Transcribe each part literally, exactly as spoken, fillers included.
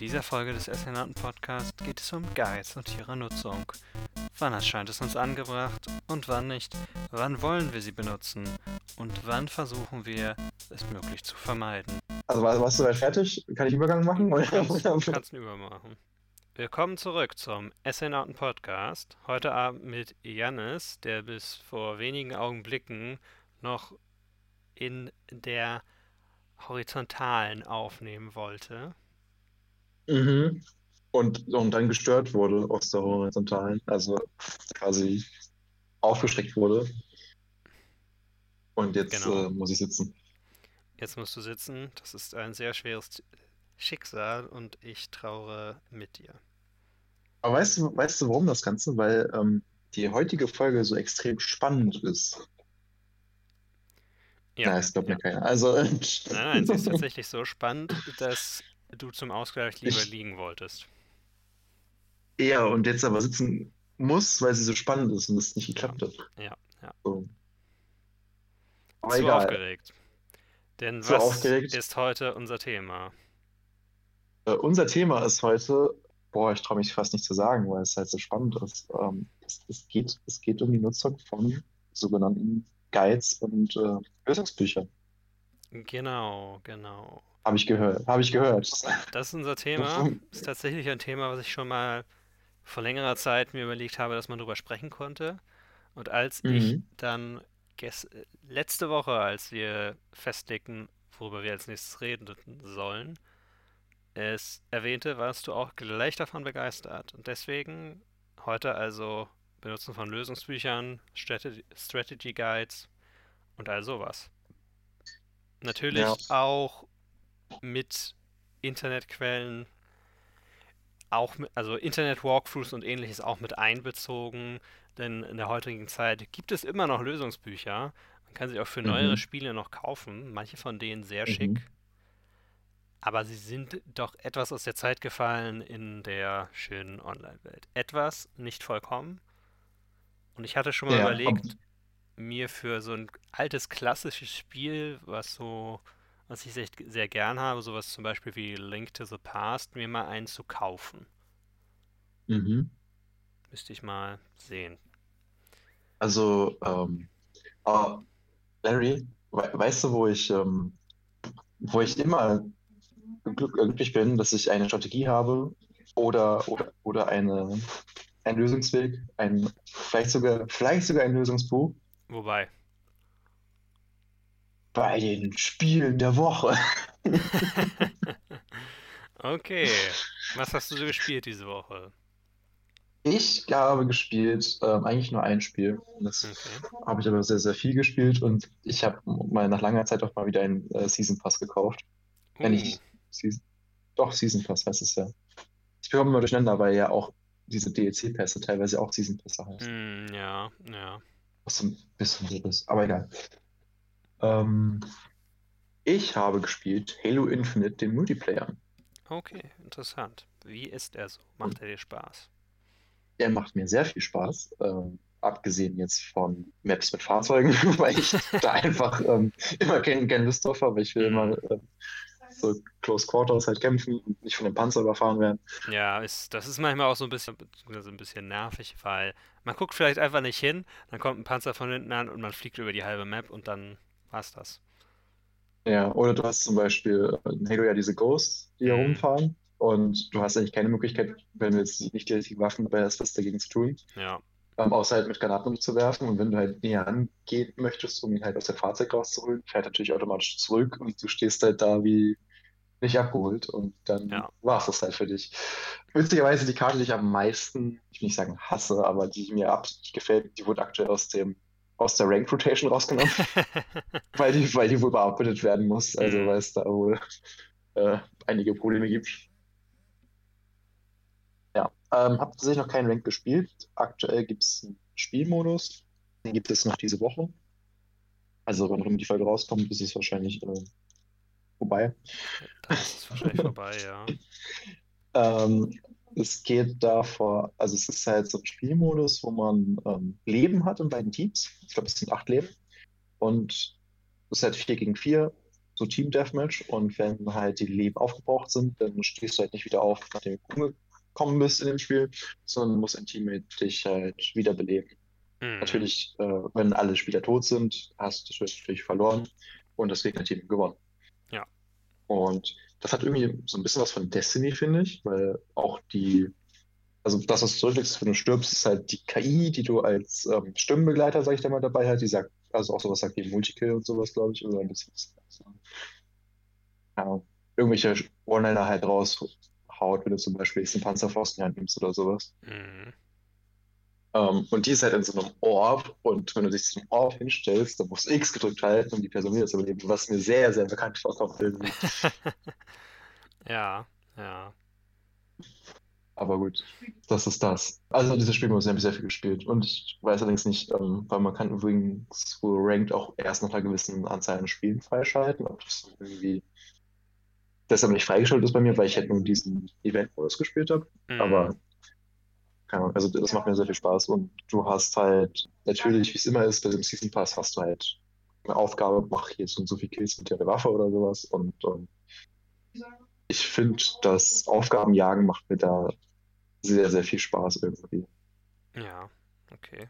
dieser Folge des Astronauten-Podcasts geht es um Guides und ihre Nutzung. Wann erscheint es uns angebracht und wann nicht? Wann wollen wir sie benutzen? Und wann versuchen wir, es möglichst zu vermeiden? Also war- warst du soweit fertig? Kann ich Übergang machen? Du kannst, du kannst einen Übermachen. Willkommen zurück zum Astronauten-Podcast. Heute Abend mit Jannis, der bis vor wenigen Augenblicken noch in der Horizontalen aufnehmen wollte. Mhm. Und, und dann gestört wurde aus der Horizontalen, also quasi aufgeschreckt wurde. Und jetzt Genau. äh, muss ich sitzen. Jetzt musst du sitzen. Das ist ein sehr schweres Schicksal und ich trauere mit dir. Aber weißt du, weißt du, warum das Ganze? Weil ähm, die heutige Folge so extrem spannend ist. Ja, Na, es glaubt ja. mir keiner. Also, Nein, nein, sie ist tatsächlich so spannend, dass du zum Ausgleich lieber ich liegen wolltest. eher und jetzt aber sitzen muss, weil sie so spannend ist und es nicht Ja, geklappt hat. ja, ja. So. Aber Zu egal. aufgeregt. Denn Zu was aufgeregt. ist heute unser Thema? Äh, unser Thema ist heute, boah, ich traue mich fast nicht zu sagen, weil es halt so spannend ist. Ähm, es, es geht, es geht um die Nutzung von sogenannten Guides und äh, Lösungsbüchern. Genau, genau. Habe ich gehört. Habe ich gehört. Das ist unser Thema. Ist tatsächlich ein Thema, was ich schon mal vor längerer Zeit mir überlegt habe, dass man darüber sprechen konnte. Und als ich Mhm. dann ges letzte Woche, als wir festlegten, worüber wir als nächstes reden sollen, es erwähnte, warst du auch gleich davon begeistert. Und deswegen heute also Benutzen von Lösungsbüchern, Strategy, Strategy Guides und all sowas. Ja, Natürlich auch mit Internetquellen, auch mit, also Internet-Walkthroughs und ähnliches auch mit einbezogen, denn in der heutigen Zeit gibt es immer noch Lösungsbücher. Man kann sie auch für neuere mhm. Spiele noch kaufen, manche von denen sehr Mhm. schick, aber sie sind doch etwas aus der Zeit gefallen in der schönen Online-Welt. Etwas, nicht vollkommen. Und ich hatte schon mal Ja, ab, überlegt, mir für so ein altes klassisches Spiel, was so, was ich echt sehr gern habe, sowas zum Beispiel wie Link to the Past, mir mal einen zu kaufen. mhm. Müsste ich mal sehen. Also, ähm, ah, Larry, we weißt du, wo ich, ähm, wo ich immer glück- glücklich bin, dass ich eine Strategie habe oder, oder, oder eine, ein Lösungsweg, ein, vielleicht sogar, vielleicht sogar ein Lösungsbuch Wobei, bei den Spielen der Woche. okay. Was hast du so gespielt diese Woche? Ich habe gespielt, ähm, eigentlich nur ein Spiel. Das Okay. habe ich aber sehr, sehr viel gespielt und ich habe mal nach langer Zeit auch mal wieder einen äh, Season Pass gekauft. Wenn Uh, ich Season, doch, Season Pass heißt es ja. Ich bekomme immer durcheinander, weil ja auch diese D L C-Pässe teilweise auch Season Pässe heißen. hm, ja, ja. Was so ein bisschen so ist, aber egal. Ähm, ich habe gespielt Halo Infinite, den Multiplayer. Okay, interessant. Wie ist er so? Und Macht er dir Spaß? der macht mir sehr viel Spaß. Ähm, abgesehen jetzt von Maps mit Fahrzeugen, weil ich da einfach ähm, immer keine, keine Lust drauf habe. Ich will immer Hm. äh, so Close Quarters halt kämpfen und nicht von dem Panzer überfahren werden. Ja, ist, das ist manchmal auch so ein bisschen, beziehungsweise ein bisschen nervig, weil man guckt vielleicht einfach nicht hin, dann kommt ein Panzer von hinten an und man fliegt über die halbe Map und dann war's das. Ja, oder du hast zum Beispiel äh, in Halo ja diese Ghosts, die Hm, herumfahren. Und du hast eigentlich keine Möglichkeit, wenn du jetzt nicht die richtigen Waffen dabei hast, was dagegen zu tun. ja. Ähm, außer halt mit Granaten umzuwerfen. Und wenn du halt näher angehen möchtest, um ihn halt aus dem Fahrzeug rauszuholen, fährt er natürlich automatisch zurück und du stehst halt da wie nicht abgeholt und dann Ja. war es das halt für dich. Witzigerweise die Karte, die ich am meisten, ich will nicht sagen hasse, aber die mir absolut nicht gefällt, die wurde aktuell aus dem aus der Rank Rotation rausgenommen, weil die, weil die wohl bearbeitet werden muss, also Hm. weil es da wohl äh, einige Probleme gibt. Ja, ähm, habe tatsächlich noch keinen Rank gespielt. Aktuell gibt es einen Spielmodus, den gibt es noch diese Woche. Also wenn die Folge rauskommt, ist es wahrscheinlich äh, vorbei. Dann ist es wahrscheinlich vorbei, ja. Ähm, es geht davor, also es ist halt so ein Spielmodus, wo man ähm, Leben hat in beiden Teams. Ich glaube, es sind acht Leben. Und es ist halt vier gegen vier. so Team Deathmatch und wenn halt die Leben aufgebraucht sind, dann stehst du halt nicht wieder auf, nachdem du umgekommen bist in dem Spiel, sondern muss ein Teammate dich halt wiederbeleben. Mhm. Natürlich, äh, wenn alle Spieler tot sind, hast du natürlich verloren und das Gegnerteam gewonnen. Ja. Und das hat irgendwie so ein bisschen was von Destiny, finde ich, weil auch die, also das, was du zurücklegst, wenn du stirbst, ist halt die K I, die du als ähm, Stimmenbegleiter, sag ich da mal, dabei hast, die sagt, also auch sowas sagt wie Multikill und sowas, glaube ich, oder ein bisschen, ja, irgendwelche One-Liner halt raushaut, wenn du zum Beispiel jetzt einen Panzerfaust in die Hand nimmst oder sowas. Mhm. Ähm, und die ist halt in so einem Orb und wenn du dich zum Orb hinstellst, dann musst du X gedrückt halten, um die Person wieder zu überleben, was mir sehr, sehr bekannt vorkommt irgendwie. Ja, ja. Aber gut, das ist das. Also dieses Spiel habe ich sehr viel gespielt und ich weiß allerdings nicht, ähm, weil man kann übrigens wohl Ranked auch erst nach einer gewissen Anzahl an Spielen freischalten, ob das irgendwie deshalb nicht freigeschaltet ist bei mir, weil ich halt nur diesen Event-Modus gespielt habe. Mhm. Aber keine Ahnung, also das macht mir sehr viel Spaß und du hast halt natürlich, wie es immer ist, bei dem Season Pass hast du halt eine Aufgabe, mach hier so und so viel Kills mit der Waffe oder sowas und ähm, ich finde, das Aufgabenjagen macht mir da sehr, sehr viel Spaß irgendwie. Ja, okay.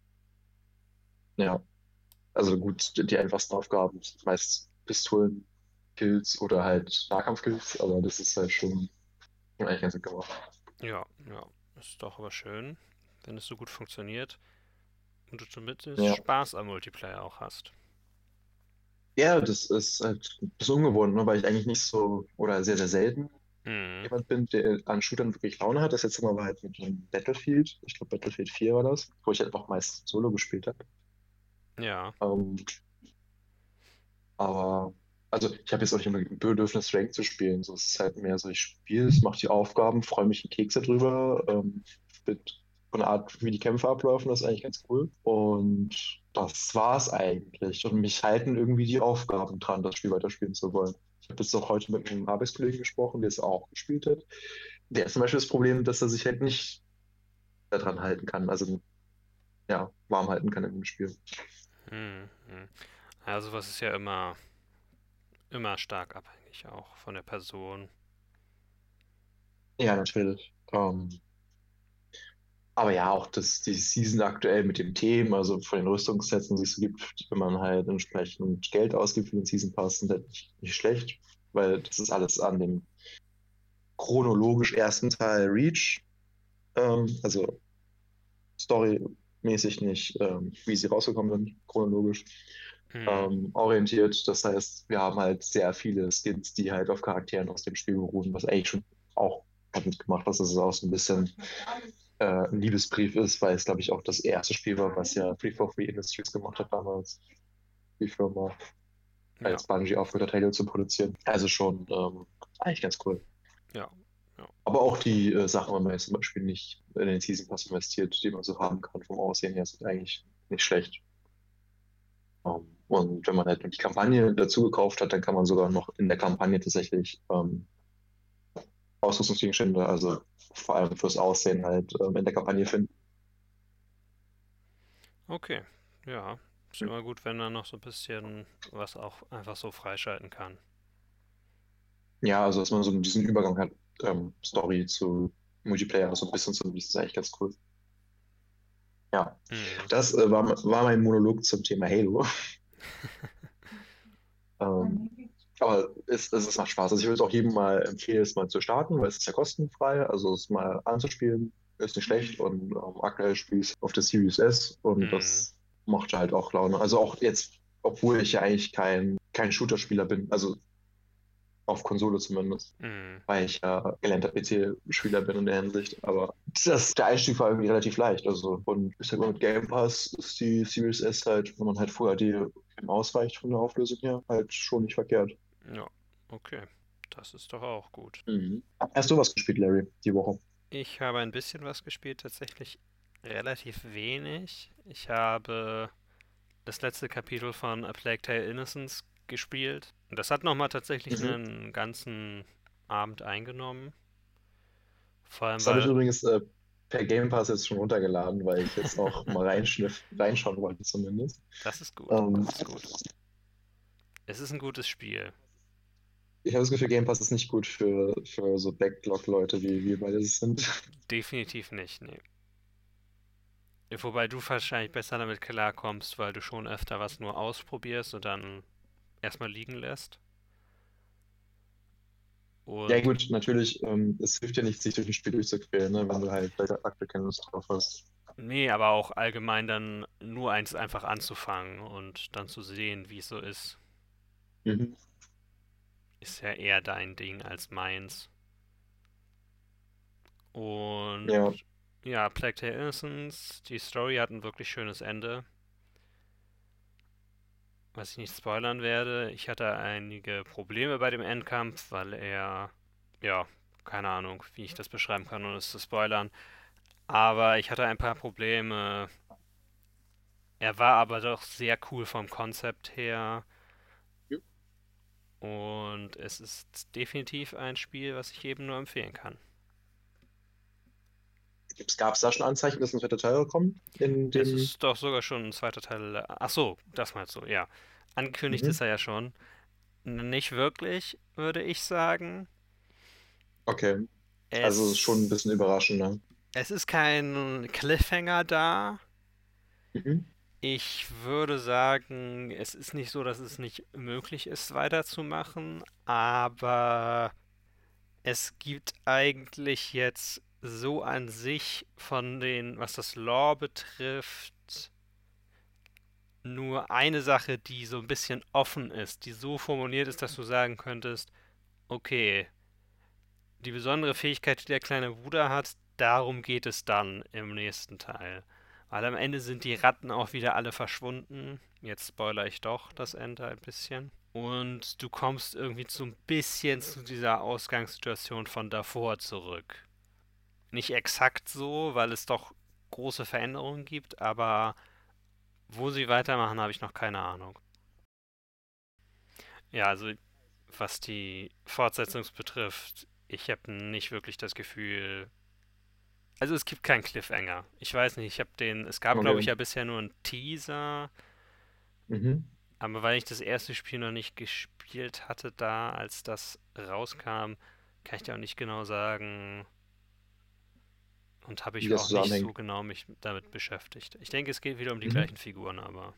Ja, also gut, die einfachsten Aufgaben sind meist Pistolen, Kills oder halt Nahkampfkills, aber das ist halt schon eigentlich ganz gut gemacht. Ja, ja. Ist doch aber schön, wenn es so gut funktioniert und du zumindest Ja. Spaß am Multiplayer auch hast. Ja, das ist halt ein bisschen ungewohnt, ne, weil ich eigentlich nicht so oder sehr, sehr selten Mhm. jemand bin, der an Shootern wirklich Laune hat. Das letzte Mal war halt mit einem Battlefield. Ich glaube, Battlefield vier war das, wo ich halt auch meist Solo gespielt habe. Ja. Ähm, aber, also ich habe jetzt auch nicht immer ein Bedürfnis, Rank zu spielen. So, es ist halt mehr so, ich spiele es, mache die Aufgaben, freue mich in Kekse drüber. Ähm, mit, von der Art, wie die Kämpfe ablaufen, das ist eigentlich ganz cool. Und das war's eigentlich. Und mich halten irgendwie die Aufgaben dran, das Spiel weiterspielen zu wollen. Ich habe jetzt auch heute mit einem Arbeitskollegen gesprochen, der es auch gespielt hat. Der hat zum Beispiel das Problem, dass er sich halt nicht daran halten kann, also ja, warm halten kann im Spiel. Mhm. Mhm. Ja, sowas ist ja immer, immer stark abhängig auch von der Person. Ja, natürlich. Ähm, aber ja, auch das, die Season aktuell mit dem Themen, also von den Rüstungssätzen, die es so gibt, wenn man halt entsprechend Geld ausgibt für den Season Pass, sind halt nicht, nicht schlecht, weil das ist alles an dem chronologisch ersten Teil Reach, ähm, also storymäßig nicht, ähm, wie sie rausgekommen sind, chronologisch, Mhm. ähm, orientiert. Das heißt, wir haben halt sehr viele Skins, die halt auf Charakteren aus dem Spiel beruhen, was eigentlich schon auch gut gemacht ist. Das ist auch so ein bisschen äh, ein Liebesbrief ist, weil es, glaube ich, auch das erste Spiel war, was ja Free for Free Industries gemacht hat damals, die Firma, Ja, als Bungie aufgehört hat, Halo zu produzieren. Also schon ähm, eigentlich ganz cool. ja, ja. Aber auch die äh, Sachen, wenn man jetzt zum Beispiel nicht in den Season Pass investiert, die man so haben kann vom Aussehen her, sind eigentlich nicht schlecht. Ähm, und wenn man halt die Kampagne dazu gekauft hat, dann kann man sogar noch in der Kampagne tatsächlich ähm, Ausrüstungsgegenstände, also vor allem fürs Aussehen halt ähm, in der Kampagne finden. Okay. Ja. Ist immer gut, wenn man noch so ein bisschen was auch einfach so freischalten kann. Ja, also dass man so diesen Übergang hat, ähm, Story zu Multiplayer, so ein bisschen zu das ist eigentlich ganz cool. Ja, Mhm. das äh, war, war mein Monolog zum Thema Halo. Ähm, aber es, es, es macht Spaß. Also ich würde es auch jedem mal empfehlen, es mal zu starten, weil es ist ja kostenfrei. Also es mal anzuspielen ist nicht schlecht. Und ähm, aktuell spiele ich auf der Series S und Mhm. das macht halt auch Laune. Also auch jetzt, obwohl ich ja eigentlich kein, kein Shooter-Spieler bin, also auf Konsole zumindest, Mhm. weil ich ja gelernter P C-Spieler bin in der Hinsicht. Aber das, der Einstieg war irgendwie relativ leicht. Also und ich sag mal, mit Game Pass ist die Series S halt, wenn man halt Full H D ausreicht von der Auflösung her, halt schon nicht verkehrt. Ja. Okay. Das ist doch auch gut. Mhm. Hast du was gespielt, Larry, die Woche? Ich habe ein bisschen was gespielt, tatsächlich relativ wenig. Ich habe das letzte Kapitel von A Plague Tale Innocence gespielt. Und das hat nochmal tatsächlich Mhm. einen ganzen Abend eingenommen. Vor allem, Das habe ich weil, übrigens äh, per Game Pass jetzt schon runtergeladen, weil ich jetzt auch mal reinschniff, reinschauen wollte zumindest. das ist gut, Ähm, das ist gut. Es ist ein gutes Spiel. Ich habe das Gefühl, Game Pass ist nicht gut für, für so Backlog-Leute, wie wir beide es sind. Definitiv nicht, nee. Wobei du wahrscheinlich besser damit klarkommst, weil du schon öfter was nur ausprobierst und dann erstmal liegen lässt. Ja Und gut, natürlich, ähm, es hilft ja nicht, sich durch ein Spiel durchzuquälen, ne, wenn du halt vielleicht aktuell keine Lust drauf hast. nee, aber auch allgemein dann nur eins einfach anzufangen und dann zu sehen, wie es so ist, Mhm. ist ja eher dein Ding als meins. Und Ja, ja, Plague Tale Innocence, die Story hat ein wirklich schönes Ende, was ich nicht spoilern werde. Ich hatte einige Probleme bei dem Endkampf, weil er, ja, keine Ahnung, wie ich das beschreiben kann, ohne es zu spoilern. Aber ich hatte ein paar Probleme. Er war aber doch sehr cool vom Konzept her. Und es ist definitiv ein Spiel, was ich jedem nur empfehlen kann. gab es da schon Anzeichen, dass ein zweiter Teil kommt in Es dem. ist doch sogar schon ein zweiter Teil. Ach so, das meinst du, ja. Angekündigt Mhm. ist er ja schon. Nicht wirklich, würde ich sagen. Okay, also es ist schon ein Es, bisschen überraschend, ne? es ist kein Cliffhanger da. Mhm. Ich würde sagen, es ist nicht so, dass es nicht möglich ist, weiterzumachen, aber es gibt eigentlich jetzt so an sich von den, was das Lore betrifft, nur eine Sache, die so ein bisschen offen ist, die so formuliert ist, dass du sagen könntest, okay, die besondere Fähigkeit, die der kleine Bruder hat, darum geht es dann im nächsten Teil. Weil am Ende sind die Ratten auch wieder alle verschwunden. Jetzt spoilere ich doch das Ende ein bisschen. Und du kommst irgendwie so ein bisschen zu dieser Ausgangssituation von davor zurück. Nicht exakt so, weil es doch große Veränderungen gibt, aber wo sie weitermachen, habe ich noch keine Ahnung. Ja, also was die Fortsetzung betrifft, ich habe nicht wirklich das Gefühl. Also es gibt keinen Cliffhanger. Ich weiß nicht, ich habe den. Es gab, glaube ich, Okay. ja bisher nur einen Teaser, Mhm. aber weil ich das erste Spiel noch nicht gespielt hatte, da, als das rauskam, kann ich dir auch nicht genau sagen und habe Wie ich das auch nicht zusammenhängt. so genau mich damit beschäftigt. Ich denke, es geht wieder um die Mhm. gleichen Figuren, aber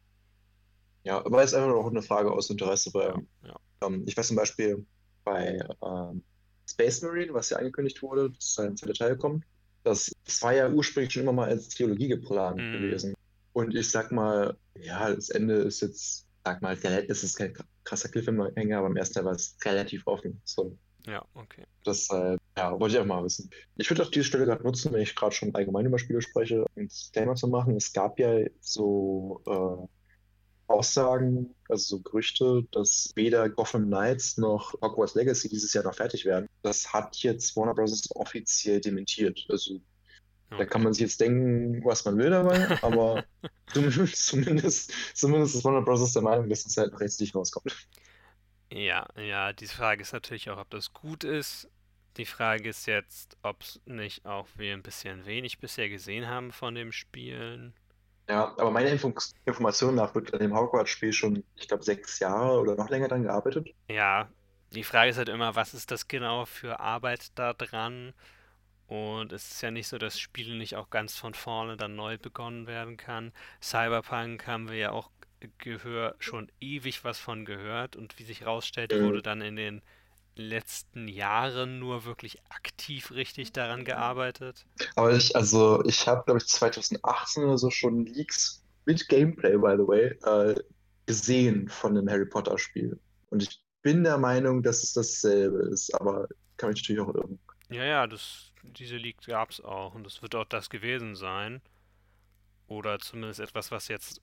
Ja, aber es ist einfach noch eine Frage aus Interesse, ja, weil ja. ähm, ich weiß zum Beispiel bei ähm, Space Marine, was ja angekündigt wurde, dass ein zweiter Teil kommt, das, das war ja ursprünglich schon immer mal als Trilogie geplant Mm, gewesen. Und ich sag mal, ja, das Ende ist jetzt, sag mal, rel- es ist kein krasser Cliffhanger, aber im ersten Teil war es relativ offen. So, ja, okay. deshalb, ja, wollte ich einfach mal wissen. Ich würde auch diese Stelle gerade nutzen, wenn ich gerade schon allgemein über Spiele spreche, um das Thema zu machen. Es gab ja so äh, Aussagen, also so Gerüchte, dass weder Gotham Knights noch Hogwarts Legacy dieses Jahr noch fertig werden. Das hat jetzt Warner Bros. Offiziell dementiert. Also da kann Okay. man sich jetzt denken, was man will dabei, aber zumindest, zumindest, zumindest ist Warner Bros. Der Meinung, dass es halt noch jetzt nicht rauskommt. Ja, ja, die Frage ist natürlich auch, ob das gut ist. Die Frage ist jetzt, ob es nicht auch wir ein bisschen wenig bisher gesehen haben von dem Spielen. Ja, aber meiner Info Information nach wird an dem Hogwarts-Spiel schon, ich glaube, sechs Jahre oder noch länger dran gearbeitet. Ja, die Frage ist halt immer, was ist das genau für Arbeit da dran? Und es ist ja nicht so, dass Spiele nicht auch ganz von vorne dann neu begonnen werden kann. Cyberpunk haben wir ja auch gehör, schon ewig was von gehört und wie sich herausstellt, Mhm. wurde dann in den letzten Jahren nur wirklich aktiv richtig daran gearbeitet. Aber ich, also ich habe, glaube ich, zwanzig achtzehn oder so schon Leaks mit Gameplay, by the way, äh, gesehen von dem Harry Potter Spiel. Und ich bin der Meinung, dass es dasselbe ist, aber kann mich natürlich auch irren. Ja, ja, das, diese Leak gab es auch und das wird auch das gewesen sein. Oder zumindest etwas, was jetzt,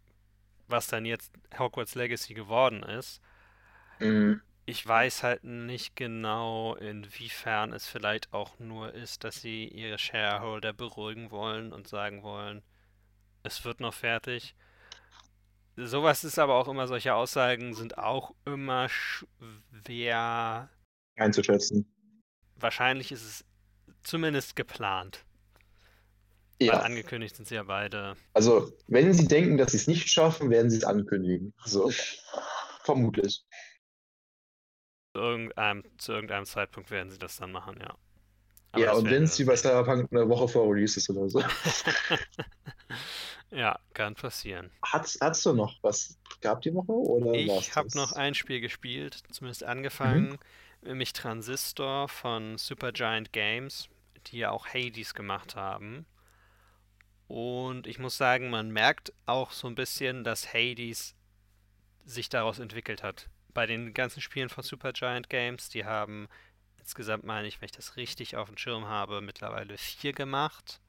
was dann jetzt Hogwarts Legacy geworden ist. Mhm. Ich weiß halt nicht genau, inwiefern es vielleicht auch nur ist, dass sie ihre Shareholder beruhigen wollen und sagen wollen, es wird noch fertig. Sowas ist aber auch immer, solche Aussagen sind auch immer schwer. Einzuschätzen. Wahrscheinlich ist es zumindest geplant, weil Ja, angekündigt sind sie ja beide. also wenn Sie denken, dass Sie es nicht schaffen, werden Sie es ankündigen. So. Vermutlich. Zu irgendeinem, zu irgendeinem Zeitpunkt werden sie das dann machen, ja. Aber Ja, das und werden wenn wir es dann wie bei sehen. Cyberpunk eine Woche vor Release ist oder so. Ja, kann passieren. Hat's, hast du noch was gehabt die Woche oder war's Ich habe noch das? ein Spiel gespielt, zumindest Mhm. angefangen, nämlich Transistor von Supergiant Games, die ja auch Hades gemacht haben. Und ich muss sagen, man merkt auch so ein bisschen, dass Hades sich daraus entwickelt hat. Bei den ganzen Spielen von Supergiant Games, die haben insgesamt, meine ich, wenn ich das richtig auf dem Schirm habe, mittlerweile vier gemacht.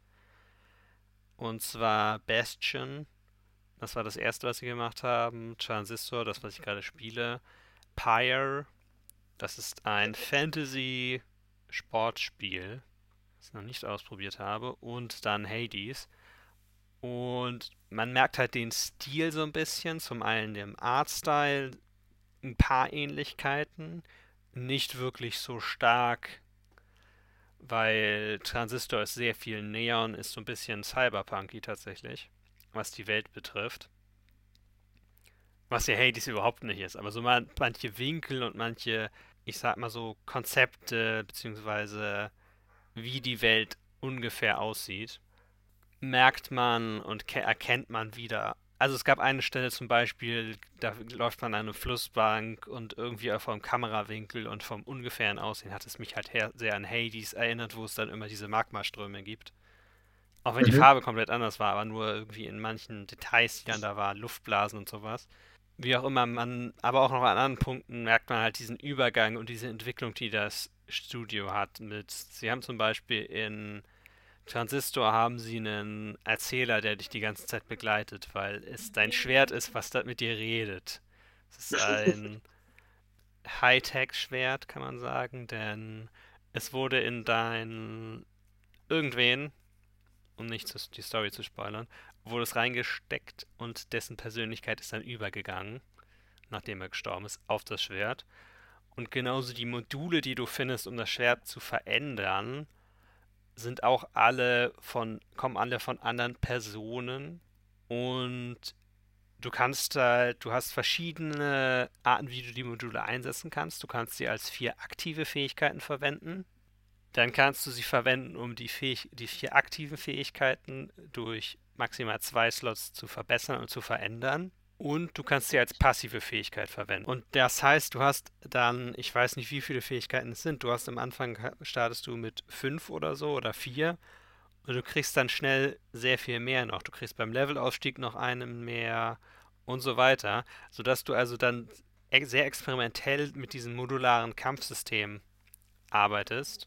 Und zwar Bastion, das war das erste, was sie gemacht haben. Transistor, das, was ich gerade spiele. Pyre, das ist ein Fantasy-Sportspiel, das ich noch nicht ausprobiert habe. Und dann Hades. Und man merkt halt den Stil so ein bisschen. Zum einen dem Artstyle, ein paar Ähnlichkeiten. Nicht wirklich so stark, weil Transistor ist sehr viel Neon, ist so ein bisschen cyberpunky tatsächlich, was die Welt betrifft. Was ja Hades überhaupt nicht ist, aber so man, manche Winkel und manche, ich sag mal so, Konzepte, beziehungsweise wie die Welt ungefähr aussieht, merkt man und ke- erkennt man wieder. Also es gab eine Stelle zum Beispiel, da läuft man an eine Flussbank und irgendwie auch vom Kamerawinkel und vom ungefähren Aussehen hat es mich halt her sehr an Hades erinnert, wo es dann immer diese Magmaströme gibt. Auch wenn die Mhm. Farbe komplett anders war, aber nur irgendwie in manchen Details, die dann da waren, Luftblasen und sowas. Wie auch immer, man, aber auch noch an anderen Punkten merkt man halt diesen Übergang und diese Entwicklung, die das Studio hat. Mit, sie haben zum Beispiel in Transistor haben sie einen Erzähler, der dich die ganze Zeit begleitet, weil es dein Schwert ist, was da mit dir redet. Es ist ein Hightech-Schwert, kann man sagen, denn es wurde in dein irgendwen, um nicht zu, die Story zu spoilern, wurde es reingesteckt und dessen Persönlichkeit ist dann übergegangen, nachdem er gestorben ist, auf das Schwert. Und genauso die Module, die du findest, um das Schwert zu verändern, sind auch alle von, kommen alle von anderen Personen. Und du kannst halt, du hast verschiedene Arten, wie du die Module einsetzen kannst. Du kannst sie als vier aktive Fähigkeiten verwenden. Dann kannst du sie verwenden, um die, Fähig die vier aktiven Fähigkeiten durch maximal zwei Slots zu verbessern und zu verändern. Und du kannst sie als passive Fähigkeit verwenden. Und das heißt, du hast dann, ich weiß nicht, wie viele Fähigkeiten es sind. Du hast am Anfang, startest du mit fünf oder so oder vier. Und du kriegst dann schnell sehr viel mehr noch. Du kriegst beim Levelaufstieg noch einen mehr und so weiter. Sodass du also dann sehr experimentell mit diesem modularen Kampfsystem arbeitest.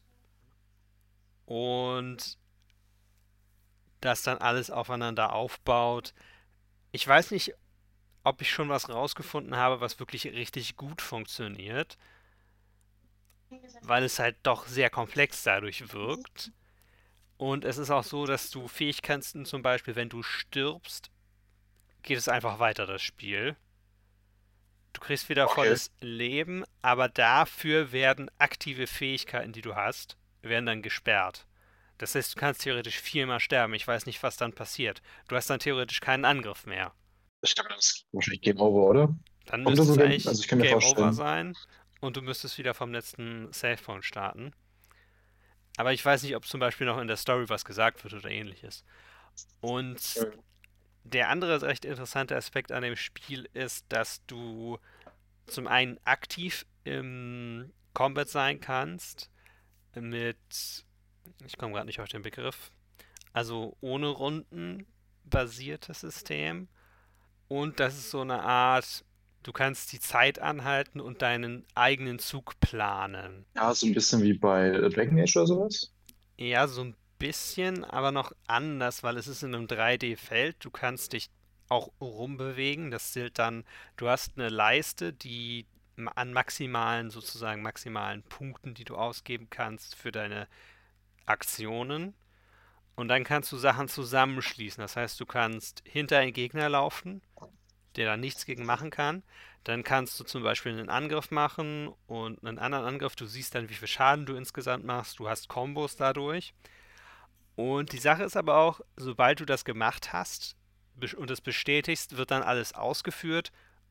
Und das dann alles aufeinander aufbaut. Ich weiß nicht, ob ich schon was rausgefunden habe, was wirklich richtig gut funktioniert, weil es halt doch sehr komplex dadurch wirkt. Und es ist auch so, dass du Fähigkeiten zum Beispiel, wenn du stirbst, geht es einfach weiter, das Spiel. Du kriegst wieder Okay. volles Leben, aber dafür werden aktive Fähigkeiten, die du hast, werden dann gesperrt. Das heißt, du kannst theoretisch viermal sterben. Ich weiß nicht, was dann passiert. Du hast dann theoretisch keinen Angriff mehr. Ich glaube, das ist wahrscheinlich Game Over, oder? Dann Kommt da müsste so es Game? Also eigentlich ich kann mir Game Over vorstellen. sein und du müsstest wieder vom letzten Savepoint starten. Aber ich weiß nicht, ob zum Beispiel noch in der Story was gesagt wird oder ähnliches. Und Mhm. der andere recht interessante Aspekt an dem Spiel ist, dass du zum einen aktiv im Combat sein kannst mit, ich komme gerade nicht auf den Begriff, also ohne Runden basiertes System. Und das ist so eine Art, du kannst die Zeit anhalten und deinen eigenen Zug planen. Ja, so ein bisschen wie bei äh, Dragon Age oder sowas. Ja, so ein bisschen, aber noch anders, weil es ist in einem drei D-Feld. Du kannst dich auch rumbewegen. Das zählt dann, du hast eine Leiste, die ma- an maximalen, sozusagen maximalen Punkten, die du ausgeben kannst für deine Aktionen. Und dann kannst du Sachen zusammenschließen. Das heißt, du kannst hinter einen Gegner laufen, der da nichts gegen machen kann. Dann kannst du zum Beispiel einen Angriff machen und einen anderen Angriff. Du siehst dann, wie viel Schaden du insgesamt machst. Du hast Kombos dadurch. Und die Sache ist aber auch, sobald du das gemacht hast und es bestätigst, wird dann alles ausgeführt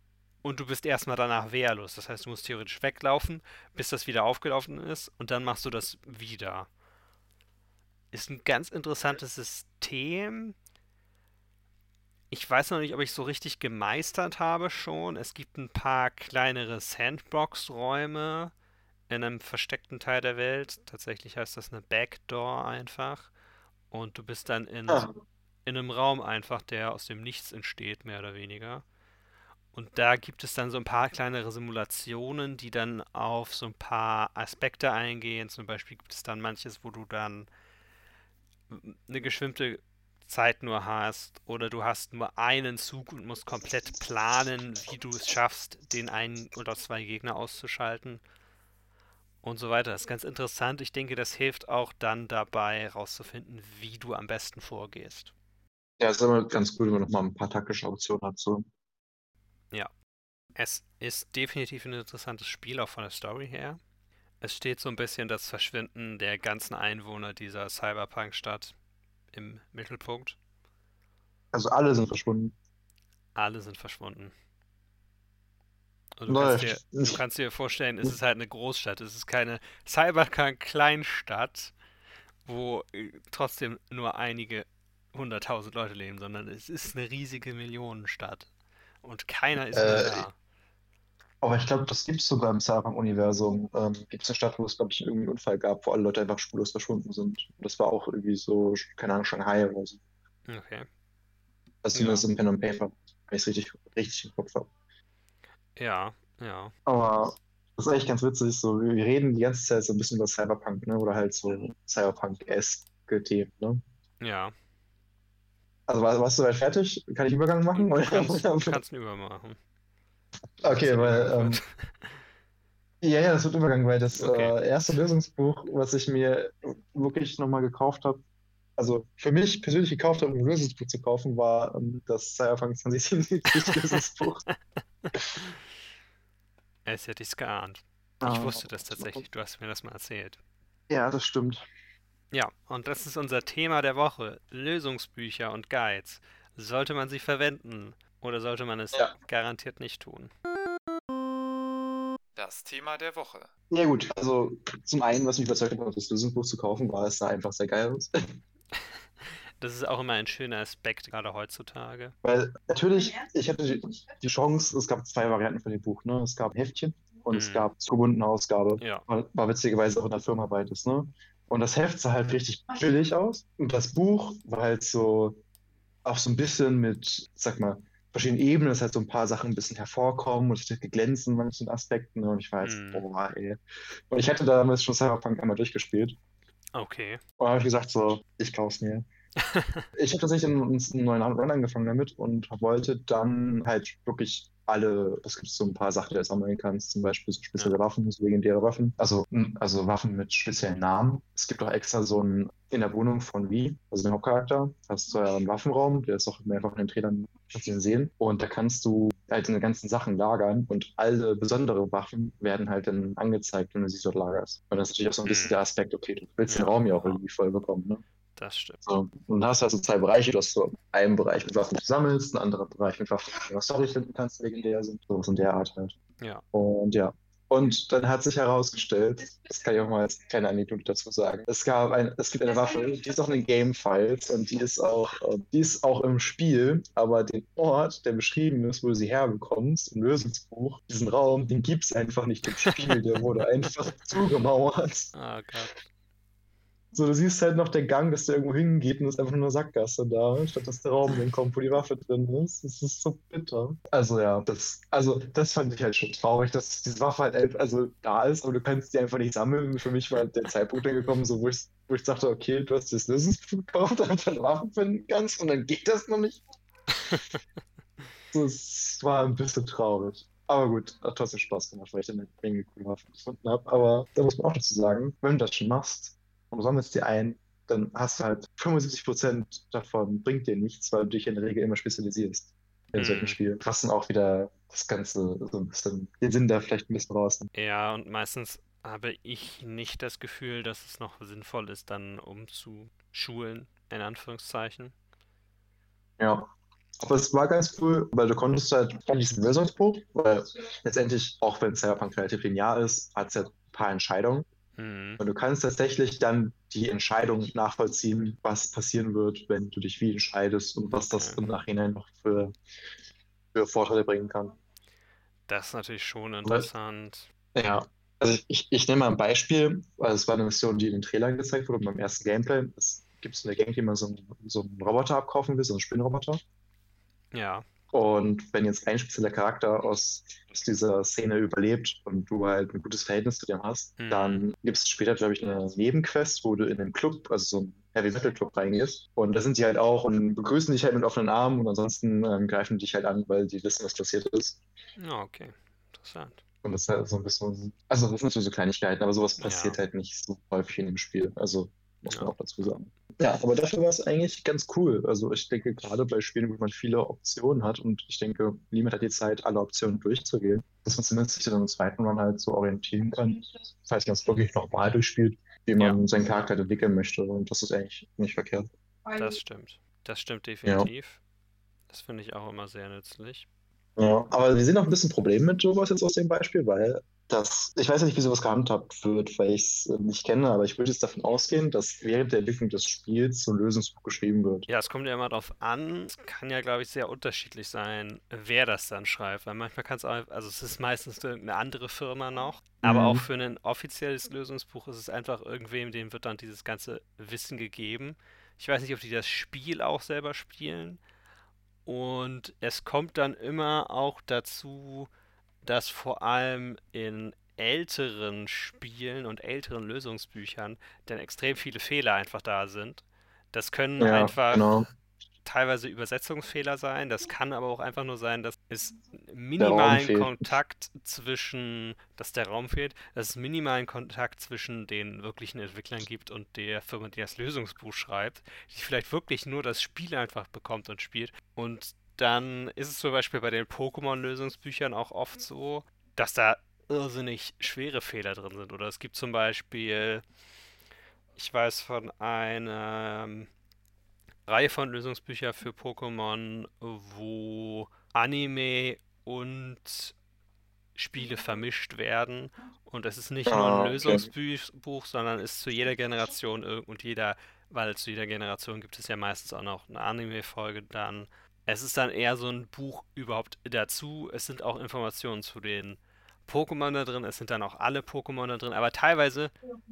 und du bist erstmal danach wehrlos. Das heißt, du musst theoretisch weglaufen, bis das wieder aufgelaufen ist und dann machst du das wieder. Ist ein ganz interessantes System. Ich weiß noch nicht, ob ich es so richtig gemeistert habe schon. Es gibt ein paar kleinere Sandbox-Räume in einem versteckten Teil der Welt. Tatsächlich heißt das eine Backdoor einfach. Und du bist dann in, Ah, in einem Raum einfach, der aus dem Nichts entsteht, mehr oder weniger. Und da gibt es dann so ein paar kleinere Simulationen, die dann auf so ein paar Aspekte eingehen. Zum Beispiel gibt es dann manches, wo du dann eine bestimmte Zeit nur hast oder du hast nur einen Zug und musst komplett planen, wie du es schaffst, den einen oder zwei Gegner auszuschalten und so weiter. Das ist ganz interessant. Ich denke, das hilft auch dann dabei, herauszufinden, wie du am besten vorgehst. ja, ist immer ganz cool, wenn man nochmal ein paar taktische Optionen hat. So. Ja, es ist definitiv ein interessantes Spiel, auch von der Story her. Es steht so ein bisschen das Verschwinden der ganzen Einwohner dieser Cyberpunk-Stadt im Mittelpunkt. Also alle sind verschwunden. Alle sind verschwunden. Und du kannst dir, Läuft. du kannst dir vorstellen, es ist halt eine Großstadt. Es ist keine Cyberpunk-Kleinstadt, wo äh, trotzdem nur einige hunderttausend Leute leben, sondern es ist eine riesige Millionenstadt. Und keiner ist mehr Äh, da. aber ich glaube, das gibt es sogar im Cyberpunk-Universum. Ähm, gibt es eine Stadt, wo es, glaube ich, irgendwie einen Unfall gab, wo alle Leute einfach spurlos verschwunden sind. Das war auch irgendwie so, keine Ahnung, Shanghai oder so. Okay. Also Ja. zumindest im Pen and Paper, wenn ich es richtig, richtig im Kopf habe. Ja. Ja. Aber das ist echt ganz witzig. So, wir wir reden die ganze Zeit so ein bisschen über Cyberpunk, ne? Oder halt so Cyberpunk-esque Themen, ne? Ja. Also war, warst du soweit fertig? Kann ich Übergang machen? Du Oder- kannst, du kannst einen Übermachen. Dass Okay, ein weil Übergang ähm, wird. ja, ja, das wird Übergang, weil das Okay. äh, erste Lösungsbuch, was ich mir wirklich nochmal gekauft habe, also für mich persönlich gekauft habe, um ein Lösungsbuch zu kaufen, war ähm, das Cyberpunk zwanzig siebenundsiebzig Lösungsbuch. Es hätte ich's geahnt. Ich Ah, wusste das tatsächlich. Du hast mir das mal erzählt. ja, das stimmt. Ja, und das ist unser Thema der Woche. Lösungsbücher und Guides. Sollte man sie verwenden oder sollte man es Ja. garantiert nicht tun? Das Thema der Woche. Ja gut, also zum einen, was mich überzeugt hat, das Lösungsbuch zu kaufen, war, es sah einfach sehr geil aus. Das ist auch immer ein schöner Aspekt, gerade heutzutage. Weil natürlich, ich hatte die, die Chance, es gab zwei Varianten von dem Buch, ne? Es gab ein Heftchen und es Mhm. gab zur gebundene Ausgabe. Ja. War, war witzigerweise auch in der Firma beides, ne? Und das Heft sah halt richtig billig aus. Und das Buch war halt so, auch so ein bisschen mit, sag mal, verschiedenen Ebenen, dass halt so ein paar Sachen ein bisschen hervorkommen und es hat geglänzt in manchen Aspekten. Ne? Und ich war jetzt, Mhm. boah, ey. Und ich hatte damals schon Cyberpunk einmal durchgespielt. Okay. Und da habe ich gesagt, so, ich kauf's mir. Ich habe tatsächlich einen, einen neuen Run angefangen damit und wollte dann halt wirklich alle, es gibt so ein paar Sachen, die du sammeln kannst, zum Beispiel so Ja. spezielle Waffen, so legendäre Waffen, also, m, also Waffen mit speziellen Namen. Es gibt auch extra so ein, in der Wohnung von V, also dem Hauptcharakter, hast du ja einen Waffenraum, der ist auch mehrfach in den Trailern, kannst du den sehen. Und da kannst du halt deine ganzen Sachen lagern und alle besondere Waffen werden halt dann angezeigt, wenn du sie dort lagerst. Und das ist natürlich auch so ein bisschen der Mhm. Aspekt, okay, du willst den Ja, Raum ja auch irgendwie voll bekommen, ne? das stimmt. So. Und da hast du also zwei Bereiche. Du hast so einen Bereich mit Waffen, die du sammelst, einen anderen Bereich mit Waffen, die du in der Story finden kannst, die legendär sind. So in der Art halt. Ja. Und ja. Und dann hat sich herausgestellt, das kann ich auch mal als kleine Anekdote dazu sagen, es gab ein, es gibt eine Waffe, die ist auch in den Game-Files und die ist auch, äh, die ist auch im Spiel, aber den Ort, der beschrieben ist, wo du sie herbekommst, im Lösungsbuch, diesen Raum, den gibt es einfach nicht im Spiel, der wurde einfach zugemauert. Oh Gott. So, du siehst halt noch der Gang, dass der irgendwo hingeht und es ist einfach nur eine Sackgasse da, statt dass der Raum dann kommt, wo die Waffe drin ist. Das ist so bitter. Also ja, das, also das fand ich halt schon traurig, dass diese Waffe halt einfach, also da ist, aber du kannst die einfach nicht sammeln. Und für mich war der Zeitpunkt dann gekommen, so wo ich, wo ich dachte, okay, du hast das Lösungsbuch gekauft, damit du eine Waffe finden kannst und dann geht das noch nicht. So, es war ein bisschen traurig. Aber gut, hat trotzdem Spaß gemacht, weil ich dann eine Menge coole Waffen gefunden habe. Aber da muss man auch dazu sagen, wenn du das schon machst und du sammelst die ein, dann hast du halt fünfundsiebzig Prozent davon bringt dir nichts, weil du dich in der Regel immer spezialisierst in solchen Mhm. Spielen. Was dann auch wieder das Ganze so ein bisschen, den Sinn da vielleicht ein bisschen rausnimmt. Ja, und meistens habe ich nicht das Gefühl, dass es noch sinnvoll ist, dann umzuschulen, in Anführungszeichen. Ja. Aber es war ganz cool, weil du konntest halt von diesem Lösungsbuch, weil letztendlich, auch wenn Cyberpunk relativ linear ist, hat es ja ein paar Entscheidungen. Hm, Und du kannst tatsächlich dann die Entscheidung nachvollziehen, was passieren wird, wenn du dich wie entscheidest und was das okay. im Nachhinein noch für, für Vorteile bringen kann. Das ist natürlich schon Aber, interessant. ja, also ich, ich nehme mal ein Beispiel, weil es war eine Mission, die in den Trailern gezeigt wurde, beim ersten Gameplay. Es gibt so eine Gang, die man so einen, so einen Roboter abkaufen will, so einen Spinnroboter. Ja. Und wenn jetzt ein spezieller Charakter aus, aus dieser Szene überlebt und du halt ein gutes Verhältnis zu dem hast, Hm, dann gibt es später, glaube ich, eine Nebenquest, wo du in den Club, also so einen Heavy Metal Club reingehst. Und da sind die halt auch und begrüßen dich halt mit offenen Armen und ansonsten ähm, greifen die dich halt an, weil die wissen, was passiert ist. ja, okay. Interessant. Und das ist halt so ein bisschen, also das sind natürlich so Kleinigkeiten, aber sowas Ja, passiert halt nicht so häufig in dem Spiel. Also muss man ja. auch dazu sagen. Ja, aber dafür war es eigentlich ganz cool. Also ich denke, gerade bei Spielen, wo man viele Optionen hat und ich denke, niemand hat die Zeit, alle Optionen durchzugehen, dass man zumindest sich dann im zweiten Run halt so orientieren kann, falls man es wirklich nochmal durchspielt, wie Ja, man seinen Charakter entwickeln möchte. Und das ist eigentlich nicht verkehrt. das stimmt. Das stimmt Ja. definitiv. Das finde ich auch immer sehr nützlich. Ja, aber wir sehen auch ein bisschen Probleme mit sowas jetzt aus dem Beispiel, weil das, ich weiß ja nicht, wie sowas gehandhabt wird, weil ich es nicht kenne, aber ich würde jetzt davon ausgehen, dass während der Entwicklung des Spiels so ein Lösungsbuch geschrieben wird. Ja, es kommt ja immer darauf an. Es kann ja, glaube ich, sehr unterschiedlich sein, wer das dann schreibt. Weil manchmal kann es auch, also es ist meistens irgendeine andere Firma noch. Aber auch Mhm. für ein offizielles Lösungsbuch ist es einfach irgendwem, dem wird dann dieses ganze Wissen gegeben. Ich weiß nicht, ob die das Spiel auch selber spielen. Und es kommt dann immer auch dazu, dass vor allem in älteren Spielen und älteren Lösungsbüchern dann extrem viele Fehler einfach da sind. Das können Ja, einfach genau. teilweise Übersetzungsfehler sein. Das kann aber auch einfach nur sein, dass es Der Raum minimalen fehlt. Kontakt zwischen, dass der Raum fehlt, dass es minimalen Kontakt zwischen den wirklichen Entwicklern gibt und der Firma, die das Lösungsbuch schreibt, die vielleicht wirklich nur das Spiel einfach bekommt und spielt. Und dann ist es zum Beispiel bei den Pokémon-Lösungsbüchern auch oft so, dass da irrsinnig schwere Fehler drin sind. Oder es gibt zum Beispiel, ich weiß von einem Reihe von Lösungsbüchern für Pokémon, wo Anime und Spiele vermischt werden. Und es ist nicht nur ein Ah, okay. Lösungsbuch, sondern ist zu jeder Generation irg- und jeder, weil zu jeder Generation gibt es ja meistens auch noch eine Anime-Folge dann. Es ist dann eher so ein Buch überhaupt dazu. Es sind auch Informationen zu den Pokémon da drin. Es sind dann auch alle Pokémon da drin. Aber teilweise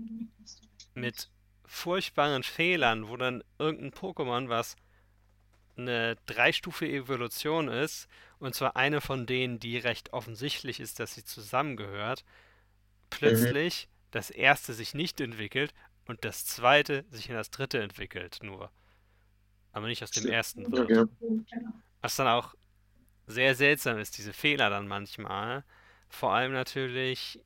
mit furchtbaren Fehlern, wo dann irgendein Pokémon, was eine dreistufige Evolution ist, und zwar eine von denen, die recht offensichtlich ist, dass sie zusammengehört, Mhm. plötzlich das erste sich nicht entwickelt und das zweite sich in das dritte entwickelt, nur. Aber nicht aus dem ersten wird. Okay. Was dann auch sehr seltsam ist, diese Fehler dann manchmal. Vor allem natürlich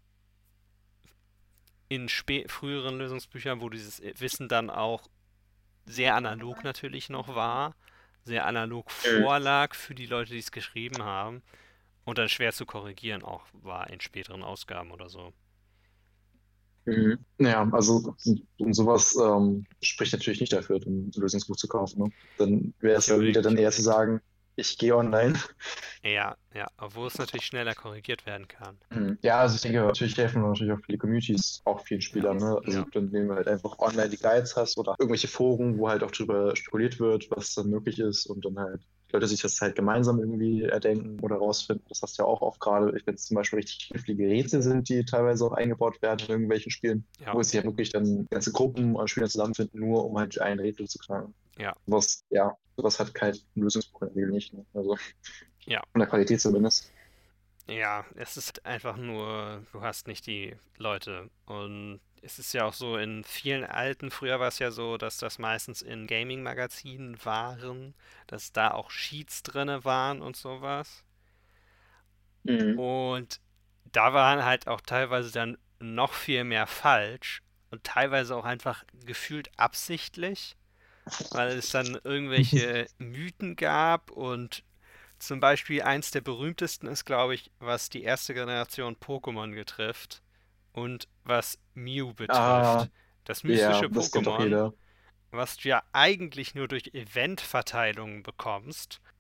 in spä früheren Lösungsbüchern, wo dieses Wissen dann auch sehr analog natürlich noch war, sehr analog Mhm. vorlag für die Leute, die es geschrieben haben und dann schwer zu korrigieren auch war in späteren Ausgaben oder so. Mhm. Ja, also und sowas ähm, spricht natürlich nicht dafür, ein Lösungsbuch zu kaufen. Ne? Dann wäre es Nicht ja wieder unbedingt, dann nicht eher zu unbedingt. sagen, ich gehe online. Ja, ja, obwohl es natürlich schneller korrigiert werden kann. Mhm. Ja, also ich denke, natürlich helfen natürlich auch viele Communities, auch vielen Ja, Spielern, ne? Also ja, dann nehmen wir halt einfach online die Guides hast oder irgendwelche Foren, wo halt auch drüber spekuliert wird, was dann möglich ist und dann halt Leute sich das halt gemeinsam irgendwie erdenken oder rausfinden. Das hast du ja auch oft gerade, wenn es zum Beispiel richtig knifflige Rätsel sind, die teilweise auch eingebaut werden in irgendwelchen Spielen, ja, wo es sich ja wirklich dann ganze Gruppen an Spielern zusammenfinden, nur um halt ein Rätsel zu knacken. ja, Was, ja, sowas hat kein Lösungsbuch in der Regel nicht. Ne? Also ja. von der Qualität zumindest. Ja, es ist einfach nur, du hast nicht die Leute. Und es ist ja auch so, in vielen alten, früher war es ja so, dass das meistens in Gaming-Magazinen waren, dass da auch Sheets drinne waren und sowas. Mhm. Und da waren halt auch teilweise dann noch viel mehr falsch und teilweise auch einfach gefühlt absichtlich, weil es dann irgendwelche Mythen gab und zum Beispiel eins der berühmtesten ist, glaube ich, was die erste Generation Pokémon betrifft und was Mew Ah, betrifft. Das ja, mystische das kennt doch Pokémon, jeder. was du ja eigentlich nur durch Eventverteilungen bekommst.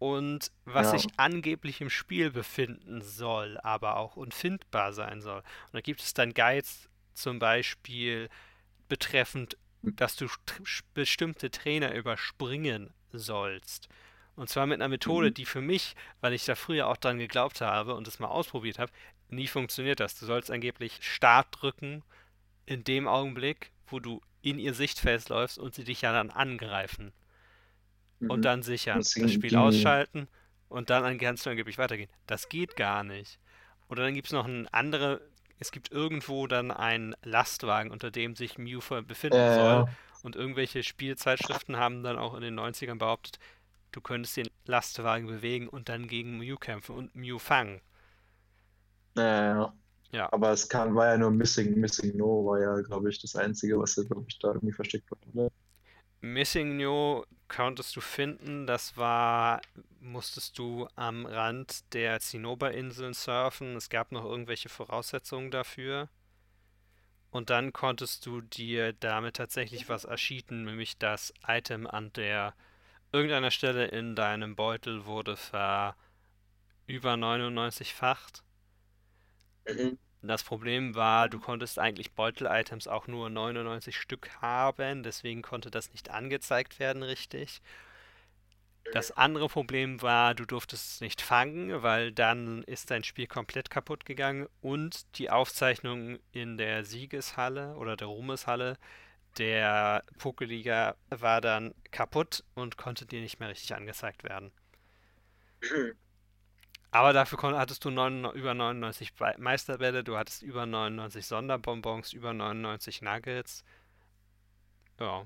und was Ja. sich angeblich im Spiel befinden soll, aber auch unfindbar sein soll. Und da gibt es dann Guides zum Beispiel betreffend, dass du st- bestimmte Trainer überspringen sollst. Und zwar mit einer Methode, Mhm. die für mich, weil ich da früher auch dran geglaubt habe und es mal ausprobiert habe, nie funktioniert hat. Du sollst angeblich Start drücken in dem Augenblick, wo du in ihr Sichtfeld läufst und sie dich ja dann angreifen. Und Mhm. dann sichern, Das das ging, Spiel ging mir. ausschalten und dann kannst du angeblich weitergehen. Das geht gar nicht. Oder dann gibt es noch ein andere, es gibt irgendwo dann einen Lastwagen, unter dem sich Mew ver- Ja, befinden ja, soll. ja. Und irgendwelche Spielzeitschriften haben dann auch in den Neunzigern behauptet, du könntest den Lastwagen bewegen und dann gegen Mew kämpfen und Mew fangen. Ja, ja, ja. Ja, Aber es kam, war ja nur Missing, Missing No, war ja, glaube ich, das Einzige, was ja, glaube ich, da irgendwie versteckt war, oder? Missing No konntest du finden, das war, musstest du am Rand der Zinnoberinseln surfen. Es gab noch irgendwelche Voraussetzungen dafür. Und dann konntest du dir damit tatsächlich was erschieten, nämlich das Item an der irgendeiner Stelle in deinem Beutel wurde ver über neunundneunzig-facht. Mhm. Das Problem war, du konntest eigentlich Beutel-Items auch nur neunundneunzig Stück haben, deswegen konnte das nicht angezeigt werden richtig. Das andere Problem war, du durftest es nicht fangen, weil dann ist dein Spiel komplett kaputt gegangen und die Aufzeichnung in der Siegeshalle oder der Ruhmeshalle der Pokeliga war dann kaputt und konnte dir nicht mehr richtig angezeigt werden. Mhm. Aber dafür kon- hattest du neun, über neunundneunzig Be- Meisterbälle, du hattest über neunundneunzig Sonderbonbons, über neunundneunzig Nuggets. Ja,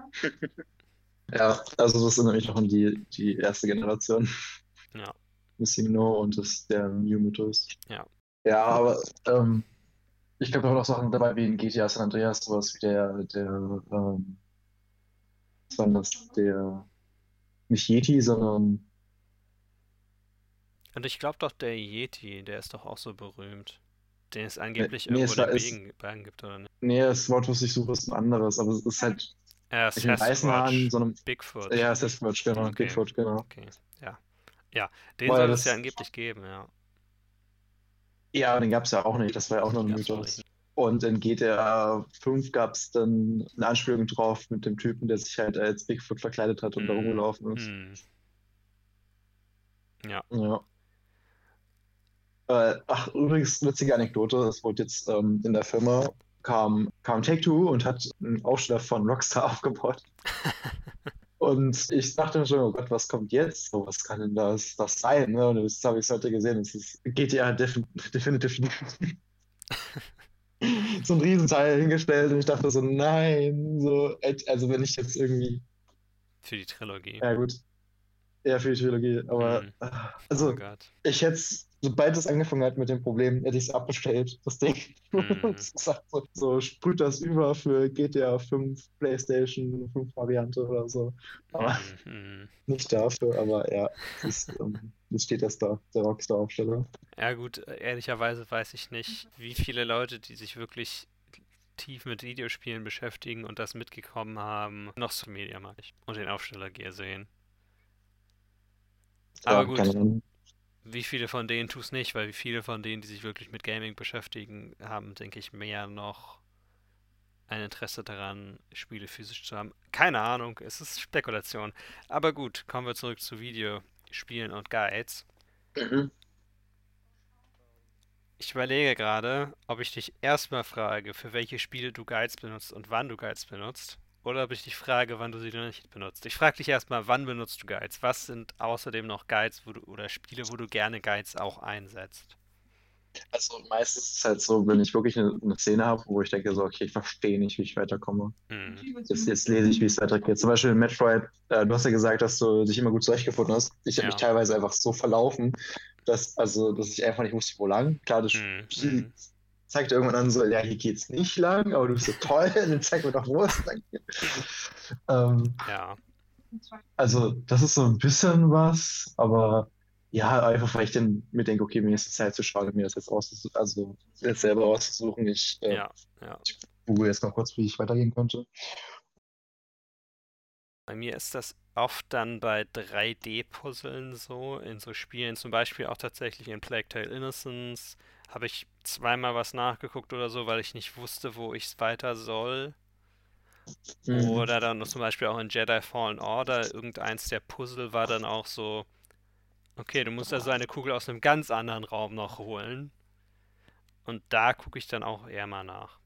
Ja, also das erinnert mich noch an die, die erste Generation, ja, Missing No und das, der New-Mythos. ja. Ja, aber ähm, ich glaube, da waren auch Sachen dabei wie in G T A San Andreas, sowas wie der, der, ähm, was war denn das, der, nicht Yeti, sondern, Und ich glaube doch, der Yeti, der ist doch auch so berühmt. Den es nee, angeblich nee, irgendwo in es war, den es, Bergen, Bergen gibt, oder nicht? nee, das Wort, was ich suche, ist ein anderes, aber es ist halt Äh, nicht mit weißen Haaren, Sasquatch. sondern, Bigfoot. ja, Sasquatch, genau, Okay, Bigfoot, genau. okay. Ja. Ja, den War ja soll es ja das, angeblich geben, ja. ja, den gab es ja auch nicht, das war ja auch nur Den ein gab es auch Mythos. nicht. Und in G T A fünf gab es dann eine Anspielung drauf mit dem Typen, der sich halt als Bigfoot verkleidet hat und da Hm, rumgelaufen ist. hm, ja. Ja. Äh, ach, übrigens, witzige Anekdote, es wurde jetzt ähm, in der Firma, kam, kam Take-Two und hat einen Aufsteller von Rockstar aufgebaut. Und ich dachte mir schon, oh Gott, was kommt jetzt? So, was kann denn das, das sein? Ne? Und das habe ich heute gesehen, es ist G T A Defin Definitive so ein Riesenteil hingestellt und ich dachte so, nein, so, also wenn ich jetzt irgendwie, Für die Trilogie. ja gut, eher für die Trilogie, aber Hm. äh, Oh also Gott. ich hätte es, sobald es angefangen hat mit dem Problem, hätte ich es abbestellt, das Ding. Und Hm. gesagt, so, so sprüht das über für G T A fünf PlayStation fünf Variante oder so. Aber Hm. Hm. nicht dafür, aber ja, es ist, ähm, jetzt steht das da, der Rockstar-Aufsteller. Ja gut, ehrlicherweise weiß ich nicht, wie viele Leute, die sich wirklich tief mit Videospielen beschäftigen und das mitgekommen haben, noch so Media mag ich und den Aufsteller gehe sehen. Aber Ja, keine gut, Ahnung. wie viele von denen tun es nicht, weil wie viele von denen, die sich wirklich mit Gaming beschäftigen, haben, denke ich, mehr noch ein Interesse daran, Spiele physisch zu haben. Keine Ahnung, es ist Spekulation. Aber gut, kommen wir zurück zu Videospielen und Guides. Mhm. Ich überlege gerade, ob ich dich erstmal frage, für welche Spiele du Guides benutzt und wann du Guides benutzt. Oder ob ich dich frage, wann du sie noch nicht benutzt. Ich frage dich erstmal, wann benutzt du Guides? Was sind außerdem noch Guides, wo du, oder Spiele, wo du gerne Guides auch einsetzt? Also meistens ist es halt so, wenn ich wirklich eine, eine Szene habe, wo ich denke, so, okay, ich verstehe nicht, wie ich weiterkomme. Hm. Jetzt, jetzt lese ich, wie es weitergeht. Zum Beispiel in Metroid, äh, du hast ja gesagt, dass du dich immer gut zurechtgefunden hast. Ich habe mich Ja. teilweise einfach so verlaufen, dass, also, dass ich einfach nicht wusste, wo lang. Klar, das Hm. Spiel Hm. zeigt irgendwann an, so, ja, hier geht's nicht lang, aber du bist so toll, dann zeig mir doch, wo es lang geht. Ähm, Ja. also, das ist so ein bisschen was, aber ja, einfach weil ich dann mir denke, okay, mir ist die Zeit zu schade, mir das jetzt auszusuchen, also jetzt selber auszusuchen. Ich äh, Ja. Ja. google jetzt mal kurz, wie ich weitergehen könnte. Bei mir ist das oft dann bei drei D-Puzzeln so, in so Spielen, zum Beispiel auch tatsächlich in Plague Tale Innocence, habe ich zweimal was nachgeguckt oder so, weil ich nicht wusste, wo ich es weiter soll. Mhm. Oder dann zum Beispiel auch in Jedi Fallen Order, irgendeins der Puzzle war dann auch so, okay, du musst also eine Kugel aus einem ganz anderen Raum noch holen. Und da gucke ich dann auch eher mal nach.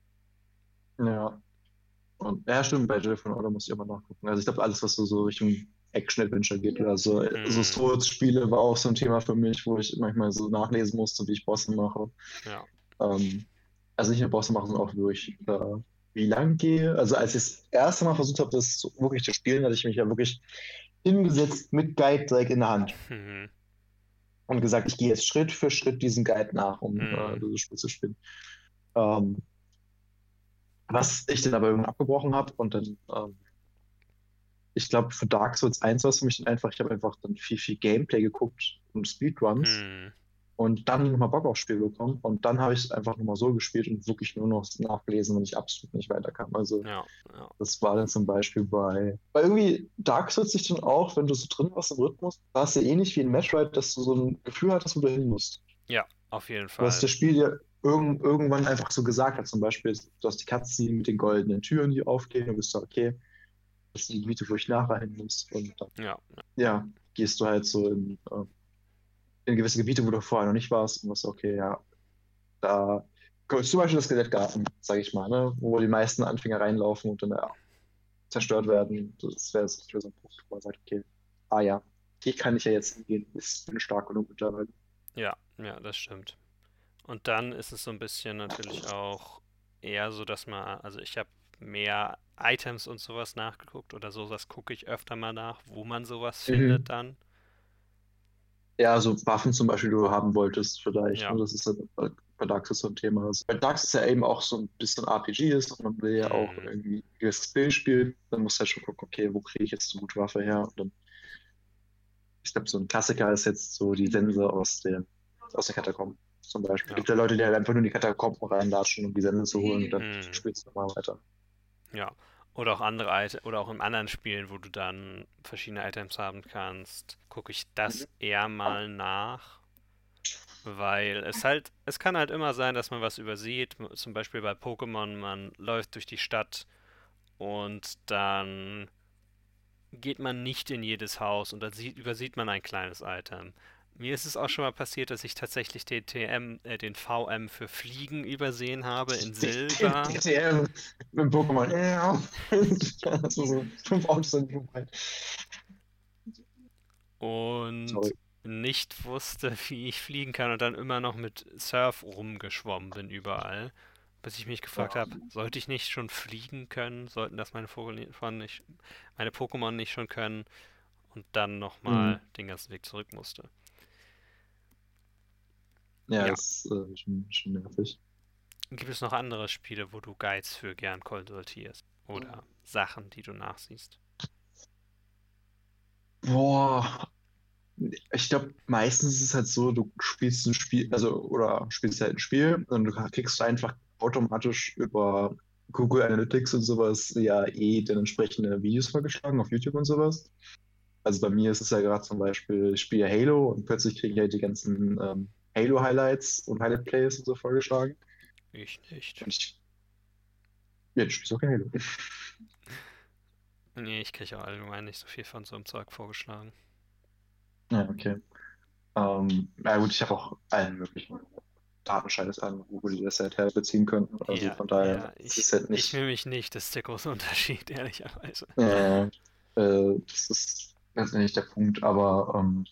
Ja. Und ja, stimmt, bei Jedi Fallen Order muss ich immer nachgucken. Also ich glaube, alles, was so, so Richtung Action-Adventure geht oder so, so Hm, Souls-Spiele war auch so ein Thema für mich, wo ich manchmal so nachlesen musste, wie ich Bosse mache. ja. Ähm, also nicht nur Bosse machen, sondern auch durch, äh, wie lang gehe. Also als ich das erste Mal versucht habe, das so wirklich zu spielen, hatte ich mich ja wirklich hingesetzt mit Guide direkt in der Hand Hm, und gesagt, ich gehe jetzt Schritt für Schritt diesen Guide nach, um hm, äh, dieses Spiel zu spielen. Ähm, was ich dann aber irgendwann abgebrochen habe und dann ähm, ich glaube, für Dark Souls eins war es für mich dann einfach, ich habe einfach dann viel, viel Gameplay geguckt und Speedruns hm. und dann nochmal Bock aufs Spiel bekommen und dann habe ich es einfach nochmal so gespielt und wirklich nur noch nachgelesen, wenn ich absolut nicht weiterkam. Also Ja, ja. das war dann zum Beispiel bei, bei irgendwie Dark Souls sich dann auch, wenn du so drin warst im Rhythmus, war es ja ähnlich wie in Metroid, dass du so ein Gefühl hattest, wo du hin musst. Ja, auf jeden Was Fall. das Spiel dir irgend, irgendwann einfach so gesagt hat. Zum Beispiel, du hast die Cutscene mit den goldenen Türen, die aufgehen und bist so, okay, das sind die Gebiete, wo ich nachher hin muss. Und dann, Ja, ja, gehst du halt so in, äh, in gewisse Gebiete, wo du vorher noch nicht warst und was, okay, ja, da zum Beispiel das Skelettgarten, sage ich mal, ne, wo die meisten Anfänger reinlaufen und dann ja, zerstört werden. Das wäre so ein Punkt, wo man sagt, okay, ah ja, hier kann ich ja jetzt hingehen, ich bin stark genug mittlerweile. ja, ja, das stimmt. Und dann ist es so ein bisschen natürlich auch eher so, dass man, also ich habe mehr Items und sowas nachgeguckt oder so, das gucke ich öfter mal nach, wo man sowas findet Mhm. dann. Ja, so Waffen zum Beispiel, die du haben wolltest, vielleicht. Ja. Ne? Das ist ja bei bei Dark Souls so ein Thema. Also, weil Dark Souls ja eben auch so ein bisschen R P G ist und man will ja auch Hm, irgendwie ein gewisses Bild spielen. Dann musst du halt schon gucken, okay, wo kriege ich jetzt eine gute Waffe her? Und dann, ich glaube, so ein Klassiker ist jetzt so die Sense aus den, aus den Katakomben zum Beispiel. Es ja. gibt ja Leute, die halt einfach nur in die Katakomben reinlatschen, um die Sense zu holen und dann Hm, spielst du nochmal weiter. ja. Oder auch andere Items, oder auch in anderen Spielen, wo du dann verschiedene Items haben kannst, gucke ich Mhm. das eher mal nach. Weil es halt, es kann halt immer sein, dass man was übersieht. Zum Beispiel bei Pokémon, man läuft durch die Stadt und dann geht man nicht in jedes Haus und dann sieht, übersieht man ein kleines Item. Mir ist es auch schon mal passiert, dass ich tatsächlich den T M, äh, den V M für Fliegen übersehen habe in Silber. D T M mit dem Pokémon. Ja. Das sind so fünf Autos an dir vorbei. Und Sorry. nicht wusste, wie ich fliegen kann und dann immer noch mit Surf rumgeschwommen bin überall. Bis ich mich gefragt Ja. habe, sollte ich nicht schon fliegen können? Sollten das meine Vogel nicht, meine Pokémon nicht schon können? Und dann Mhm. nochmal den ganzen Weg zurück musste. Ja, Ja, ist äh, schon, schon nervig. gibt es noch andere Spiele, wo du Guides für gern konsultierst? Oder Sachen, die du nachsiehst? Boah, ich glaube, meistens ist es halt so, du spielst ein Spiel, also, oder spielst halt ein Spiel und du kriegst einfach automatisch über Google Analytics und sowas ja eh dann entsprechende Videos vorgeschlagen auf YouTube und sowas. Also bei mir ist es ja gerade zum Beispiel, ich spiele Halo und plötzlich kriege ich halt die ganzen ähm, Halo-Highlights und Highlight-Plays und so vorgeschlagen. Ich nicht. Und ich, ja, du spielst auch kein Halo. Nee, ich kriege auch allgemein nicht so viel von so einem Zeug vorgeschlagen. Ja, okay. Ähm, na gut, ich habe auch allen möglichen Datenscheiß an, wo die das halt herbeziehen könnten. Also Ja, von daher, ja, es ich, ist halt ich nicht, nämlich nicht, das ist der große Unterschied, ehrlicherweise. äh, äh, das ist letztendlich der Punkt, aber ähm,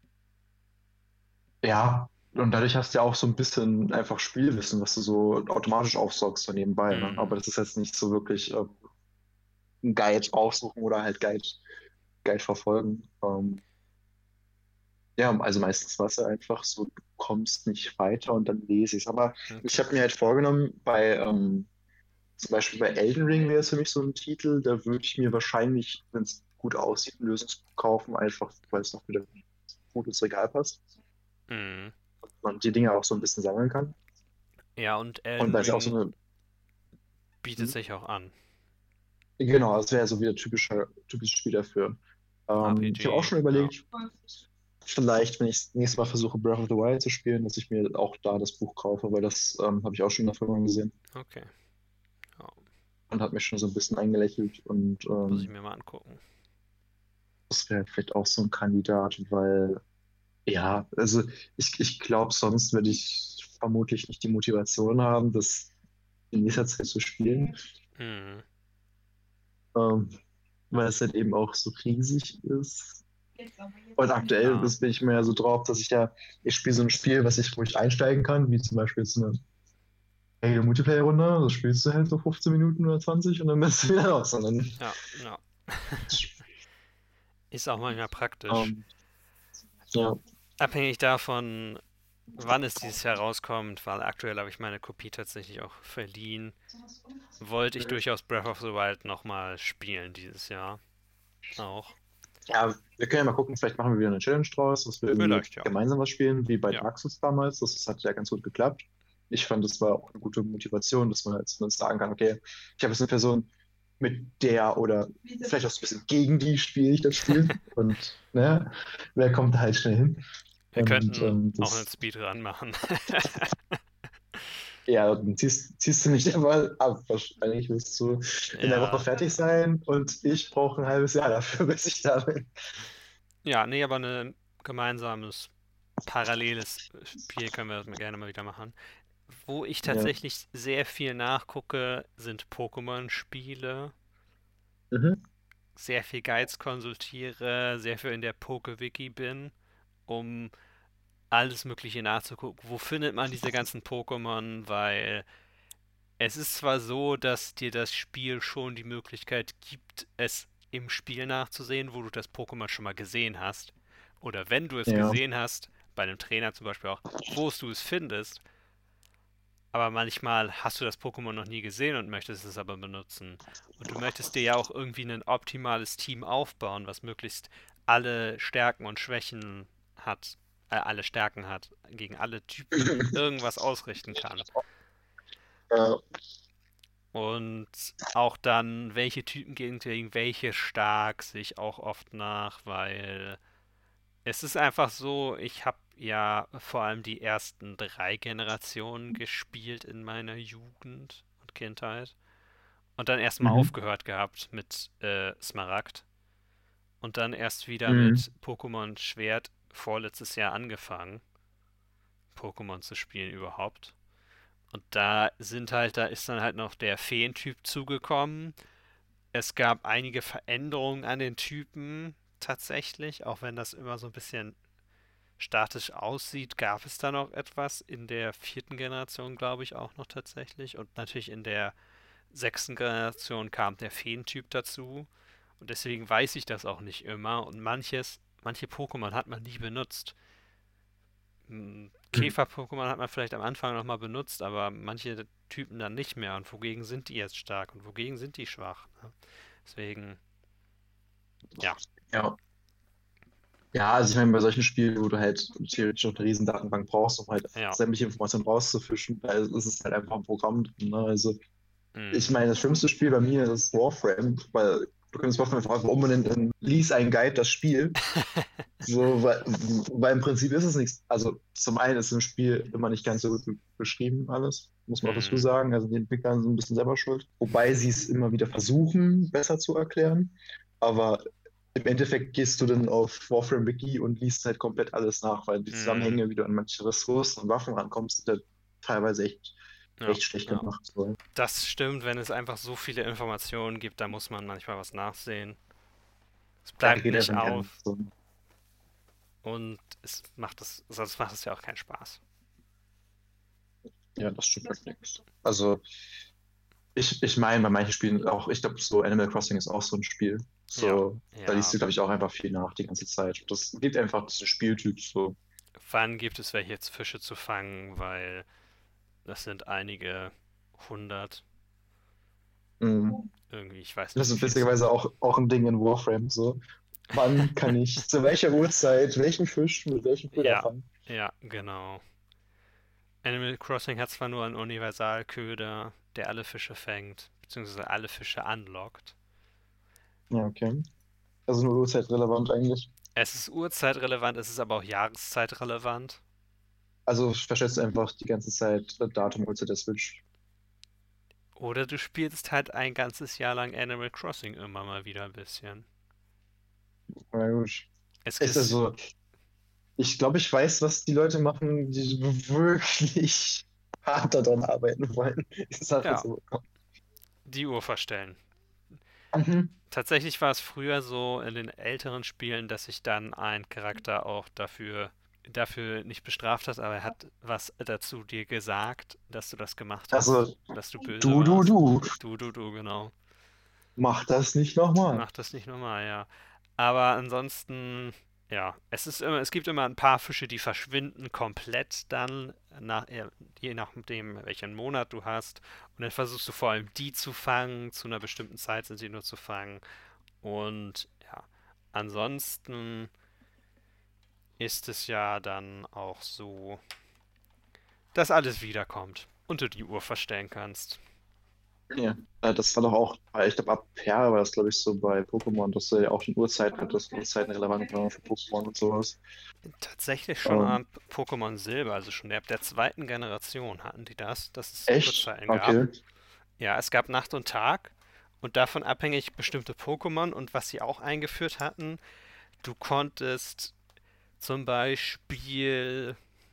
ja, und dadurch hast du ja auch so ein bisschen einfach Spielwissen, was du so automatisch aufsaugst so nebenbei, ne? Aber Hm, das ist jetzt nicht so wirklich ähm, ein Guide aufsuchen oder halt Guide, Guide verfolgen. Ähm, ja, also meistens war es ja einfach so, du kommst nicht weiter und dann lese ich es. Aber ich okay. habe mir halt vorgenommen, bei ähm, zum Beispiel bei Elden Ring wäre es für mich so ein Titel, da würde ich mir wahrscheinlich, wenn es gut aussieht, ein Lösungsbuch kaufen, einfach weil es noch wieder gut ins Regal passt Hm. und man die Dinge auch so ein bisschen sammeln kann. Ja, und Und Elden weil es ja auch so Ring eine, bietet hm? sich auch an. Genau, das wäre so wieder typischer, typisches Spiel dafür. Ähm, ich habe auch R P G, schon ja. überlegt, vielleicht, wenn ich das nächste Mal versuche, Breath of the Wild zu spielen, dass ich mir auch da das Buch kaufe, weil das ähm, habe ich auch schon in der Version gesehen Okay. Ja, und hat mich schon so ein bisschen eingelächelt. Und muss ich ähm, mir mal angucken. das wäre vielleicht auch so ein Kandidat, weil, ja, also ich, ich glaube, sonst würde ich vermutlich nicht die Motivation haben, das in nächster Zeit zu spielen, Mhm. ähm, weil es halt eben auch so riesig ist. Und aktuell Ja. das bin ich mir ja so drauf, dass ich ja, ich spiele so ein Spiel, was ich, wo ich einsteigen kann, wie zum Beispiel jetzt eine Halo Multiplayer-Runde, das spielst du halt so fünfzehn Minuten oder zwanzig und dann bist du wieder raus. Und dann, Ja, ja. Ist auch manchmal praktisch. ähm, ja. Abhängig davon, wann es dieses Jahr rauskommt, weil aktuell habe ich meine Kopie tatsächlich auch verliehen, wollte ich durchaus Breath of the Wild nochmal spielen dieses Jahr. Auch. Ja, wir können ja mal gucken, vielleicht machen wir wieder eine Challenge draus, dass wir irgendwie Vielleicht, ja. gemeinsam was spielen, wie bei Ja. Dark Souls damals. Das hat ja ganz gut geklappt. Ich fand, das war auch eine gute Motivation, dass man halt zumindest sagen kann, okay, ich habe jetzt eine Person, mit der oder vielleicht auch so ein bisschen gegen die spiele ich das Spiel. Und ne, wer kommt da halt schnell hin? Wir Und könnten ähm, auch einen das, Speedrun machen. ja, dann ziehst, ziehst du mich aber ab. Wahrscheinlich willst du in der Woche Ja. fertig sein und ich brauche ein halbes Jahr dafür, bis ich da bin. Ja, nee, aber ein gemeinsames, paralleles Spiel können wir gerne mal wieder machen. Wo ich Ja. tatsächlich sehr viel nachgucke, sind Pokémon-Spiele. Mhm. Sehr viel Guides konsultiere, sehr viel in der Poke-Wiki bin, um alles Mögliche nachzugucken. Wo findet man diese ganzen Pokémon? Weil es ist zwar so, dass dir das Spiel schon die Möglichkeit gibt, es im Spiel nachzusehen, wo du das Pokémon schon mal gesehen hast. Oder wenn du es Ja. gesehen hast, bei einem Trainer zum Beispiel auch, wo du es findest. Aber manchmal hast du das Pokémon noch nie gesehen und möchtest es aber benutzen. Und du möchtest dir ja auch irgendwie ein optimales Team aufbauen, was möglichst alle Stärken und Schwächen hat, äh, alle Stärken hat, gegen alle Typen irgendwas ausrichten kann. Ja. Und auch dann, welche Typen gegen, gegen welche stark, sich auch oft nach, weil es ist einfach so, ich habe ja vor allem die ersten drei Generationen gespielt in meiner Jugend und Kindheit und dann erstmal Mhm. aufgehört gehabt mit äh, Smaragd und dann erst wieder Mhm. mit Pokémon Schwert vorletztes Jahr angefangen, Pokémon zu spielen überhaupt. Und da sind halt, da ist dann halt noch der Feentyp zugekommen. Es gab einige Veränderungen an den Typen tatsächlich, auch wenn das immer so ein bisschen statisch aussieht, gab es da noch etwas in der vierten Generation, glaube ich, auch noch tatsächlich. Und natürlich in der sechsten Generation kam der Feentyp dazu. Und deswegen weiß ich das auch nicht immer. Und manches, manche Pokémon hat man nie benutzt. Hm, Mhm. Käfer-Pokémon hat man vielleicht am Anfang nochmal benutzt, aber manche Typen dann nicht mehr. Und wogegen sind die jetzt stark und wogegen sind die schwach? Ne? Deswegen, ja, Ja. Ja, also ich meine, bei solchen Spielen, wo du halt theoretisch auch eine riesen Datenbank brauchst, um halt ja. sämtliche Informationen rauszufischen, da ist es halt einfach ein Programm drin. Ne? Also ich Hm, meine, das schlimmste Spiel bei mir ist Warframe, weil du kannst Warframe fragen, warum man denn, denn lies ein Guide das Spiel. So, weil, weil im Prinzip ist es nichts. Also zum einen ist im Spiel immer nicht ganz so gut beschrieben alles, muss man auch dazu hm, sagen. Also die Entwickler sind ein bisschen selber schuld. Wobei sie es immer wieder versuchen, besser zu erklären. Aber im Endeffekt gehst du dann auf Warframe Wiki und liest halt komplett alles nach, weil die hm, Zusammenhänge, wie du an manche Ressourcen und Waffen rankommst, sind halt teilweise echt, ja, echt schlecht ja. gemacht. So. Das stimmt, wenn es einfach so viele Informationen gibt, da muss man manchmal was nachsehen. Es Da bleibt geht nicht einfach nicht an. auf So. und es macht es, sonst macht es ja auch keinen Spaß. Ja, das stimmt halt nichts. Also Ich, ich meine, bei manchen Spielen auch, ich glaube, so Animal Crossing ist auch so ein Spiel. Ja, So, da liest ja. du, glaube ich, auch einfach viel nach die ganze Zeit. Das gibt einfach diesen Spieltyp so. Wann gibt es welche Fische zu fangen, weil das sind einige hundert, Mhm. irgendwie, ich weiß Das nicht, wie ist viel es sind. witzigerweise auch, auch ein Ding in Warframe. So, wann kann ich zu welcher Uhrzeit welchen Fisch mit welchem Köder Ja, fangen? ja, genau. Animal Crossing hat zwar nur einen Universalköder, der alle Fische fängt, beziehungsweise alle Fische anlockt. Ja, okay. Also nur uhrzeitrelevant eigentlich. Es ist uhrzeitrelevant, es ist aber auch jahreszeitrelevant. Also verschätzt einfach die ganze Zeit das Datum, Uhrzeit der Switch. Oder du spielst halt ein ganzes Jahr lang Animal Crossing immer mal wieder ein bisschen. Na gut. Es Ist ist, also, ich glaube, ich weiß, was die Leute machen, die wirklich hart daran arbeiten wollen, die Sache ja, zu bekommen. die Uhr verstellen. Mhm. Tatsächlich war es früher so in den älteren Spielen, dass sich dann ein Charakter auch dafür, dafür nicht bestraft hat, aber er hat was dazu dir gesagt, dass du das gemacht hast, Also, dass du böse du, du, warst. du, Du, du, du, genau. mach das nicht nochmal. Mach das nicht nochmal, ja. Aber ansonsten, ja, es ist immer, es gibt immer ein paar Fische, die verschwinden komplett dann, nach, äh, je nachdem, welchen Monat du hast. Und dann versuchst du vor allem die zu fangen. Zu einer bestimmten Zeit sind sie nur zu fangen. Und ja, ansonsten ist es ja dann auch so, dass alles wiederkommt und du die Uhr verstellen kannst. Ja, äh, das war doch auch, äh, ich glaube, ab Perl war das, glaube ich, so bei Pokémon, dass du ja auch schon Uhrzeiten hattest, Uhrzeiten relevant waren für Pokémon und sowas. Tatsächlich schon Ähm, ab Pokémon Silber, also schon ab der zweiten Generation hatten die das, dass es echt? Uhrzeiten gab. Okay. Ja, es gab Nacht und Tag und davon abhängig bestimmte Pokémon und was sie auch eingeführt hatten, du konntest zum Beispiel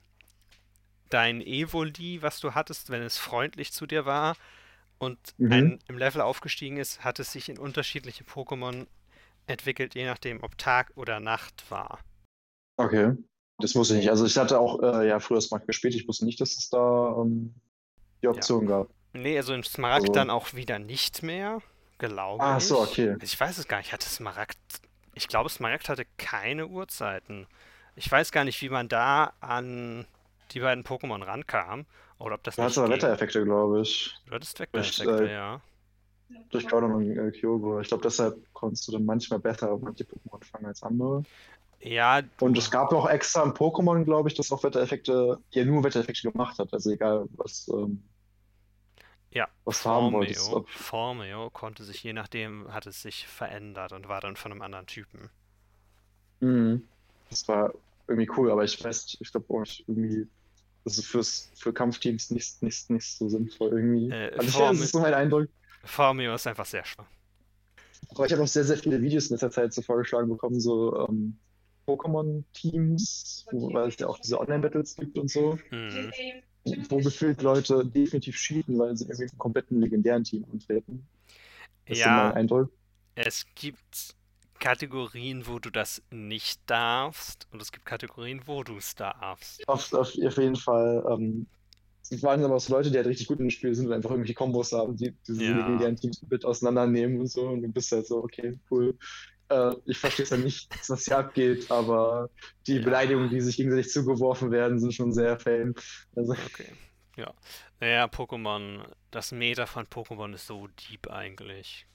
dein Evoli, was du hattest, wenn es freundlich zu dir war und Mhm. ein im Level aufgestiegen ist, hat es sich in unterschiedliche Pokémon entwickelt, je nachdem, ob Tag oder Nacht war. Okay. Das wusste ich nicht. Also ich hatte auch äh, ja früher Smart gespielt. Ich wusste nicht, dass es da ähm, die Ja. Option gab. Nee, also in Smaragd dann Also, auch wieder nicht mehr, glaube ah, so, ich. okay. Also ich weiß es gar nicht. Hatte Smaragd. Ich glaube, Smaragd hatte keine Uhrzeiten. Ich weiß gar nicht, wie man da an die beiden Pokémon rankam. Oder ob das Du hattest nicht aber ging. Wettereffekte, glaube ich. Du hattest Durch, Vektoreffekte, äh, ja. durch Groudon und äh, Kyogre. Ich glaube, deshalb konntest du dann manchmal besser manche Pokémon fangen als andere. Ja, Und du. es gab noch extra ein Pokémon, glaube ich, das auch Wettereffekte, ja nur Wettereffekte gemacht hat. Also egal, was, ähm, Ja, was du haben wolltest. Formeo. Ob, Formeo konnte sich je nachdem, hat es sich verändert und war dann von einem anderen Typen. mhm. Das war irgendwie cool, aber ich weiß nicht, ich glaube auch nicht, irgendwie, das ist fürs, für Kampfteams nicht, nicht, nicht so sinnvoll irgendwie. Äh, Also ja, das Form ist so mein Eindruck. Formeo ist einfach sehr schwach. Aber ich habe auch sehr, sehr viele Videos in letzter Zeit so vorgeschlagen bekommen, so ähm, Pokémon-Teams, wo weil es ja auch diese Online-Battles gibt und so, Mhm. wo gefühlt Leute definitiv cheaten, weil sie irgendwie im kompletten legendären Team antreten. Das ist so mein Ja, Eindruck. es gibt Kategorien, wo du das nicht darfst, und es gibt Kategorien, wo du es darfst. Auf, auf, auf jeden Fall. Ähm, es waren aber auch so Leute, die halt richtig gut im Spiel sind und einfach irgendwelche Kombos haben, die diese Ja, legendären Teams mit auseinandernehmen und so. Und du bist halt so, okay, cool. Äh, ich verstehe es ja nicht, was hier abgeht, aber die ja, Beleidigungen, die sich gegenseitig zugeworfen werden, sind schon sehr fame. Also, okay. Ja. Naja, Pokémon, das Meta von Pokémon ist so deep eigentlich.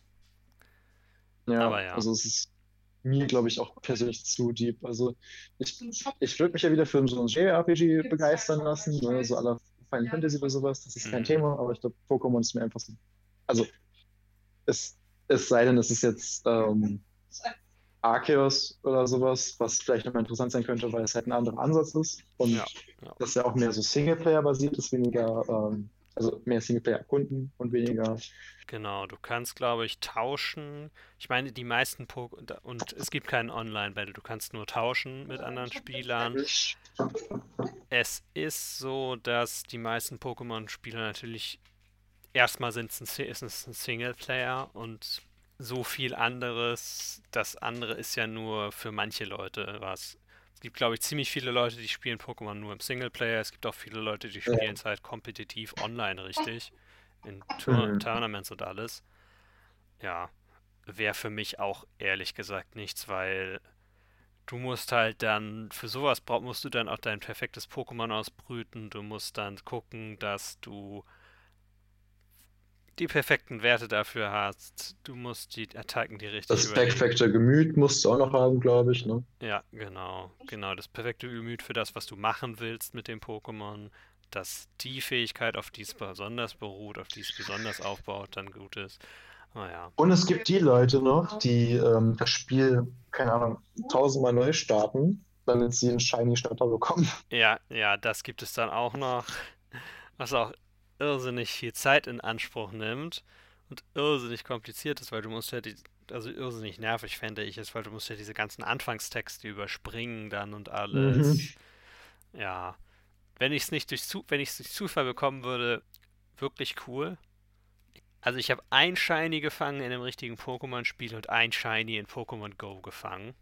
ja, Aber ja. also es ist mir, glaube ich, auch persönlich zu deep. Also ich, ich würde mich ja wieder für so ein J R P G begeistern lassen, ne? So aller Final Fantasy oder sowas, das ist kein Mhm. Thema, aber ich glaube, Pokémon ist mir einfach so. Also es, es sei denn, es ist jetzt ähm, Arceus oder sowas, was vielleicht nochmal interessant sein könnte, weil es halt ein anderer Ansatz ist und Ja, ja. das ja auch mehr so Singleplayer-basiert ist, weniger, ähm, also mehr Singleplayer erkunden und weniger. Genau, du kannst, glaube ich, tauschen. Ich meine, die meisten Pokémon, und es gibt keinen Online-Battle, du kannst nur tauschen mit anderen Spielern. Es ist so, dass die meisten Pokémon-Spieler natürlich erstmal sind es ein, Si- ist es ein Singleplayer und so viel anderes. Das andere ist ja nur für manche Leute was. Es gibt, glaube ich, ziemlich viele Leute, die spielen Pokémon nur im Singleplayer. Es gibt auch viele Leute, die spielen Ja. es halt kompetitiv online richtig. In Tour Mhm. Tournaments und alles. Ja, wäre für mich auch ehrlich gesagt nichts, weil du musst halt dann, für sowas brauch, musst du dann auch dein perfektes Pokémon ausbrüten. Du musst dann gucken, dass du die perfekten Werte dafür hast. Du musst die Attacken dir richtig Das überlegen. Backfactor Gemüt musst du auch noch haben, glaube ich, ne? Ja, genau. Genau, das perfekte Gemüt für das, was du machen willst mit dem Pokémon. Dass die Fähigkeit, auf die es besonders beruht, auf die es besonders aufbaut, dann gut ist. Oh ja. Und es gibt die Leute noch, die ähm, das Spiel, keine Ahnung, tausendmal neu starten, damit sie einen Shiny Starter bekommen. Ja, ja, das gibt es dann auch noch, was auch irrsinnig viel Zeit in Anspruch nimmt und irrsinnig kompliziert ist, weil du musst ja die, also irrsinnig nervig fände ich es, weil du musst ja diese ganzen Anfangstexte überspringen dann und Mhm. alles. Ja, wenn ich es nicht durch Zu wenn ich es durch Zufall bekommen würde, wirklich cool. Also ich habe ein Shiny gefangen in einem richtigen Pokémon-Spiel und ein Shiny in Pokémon Go gefangen.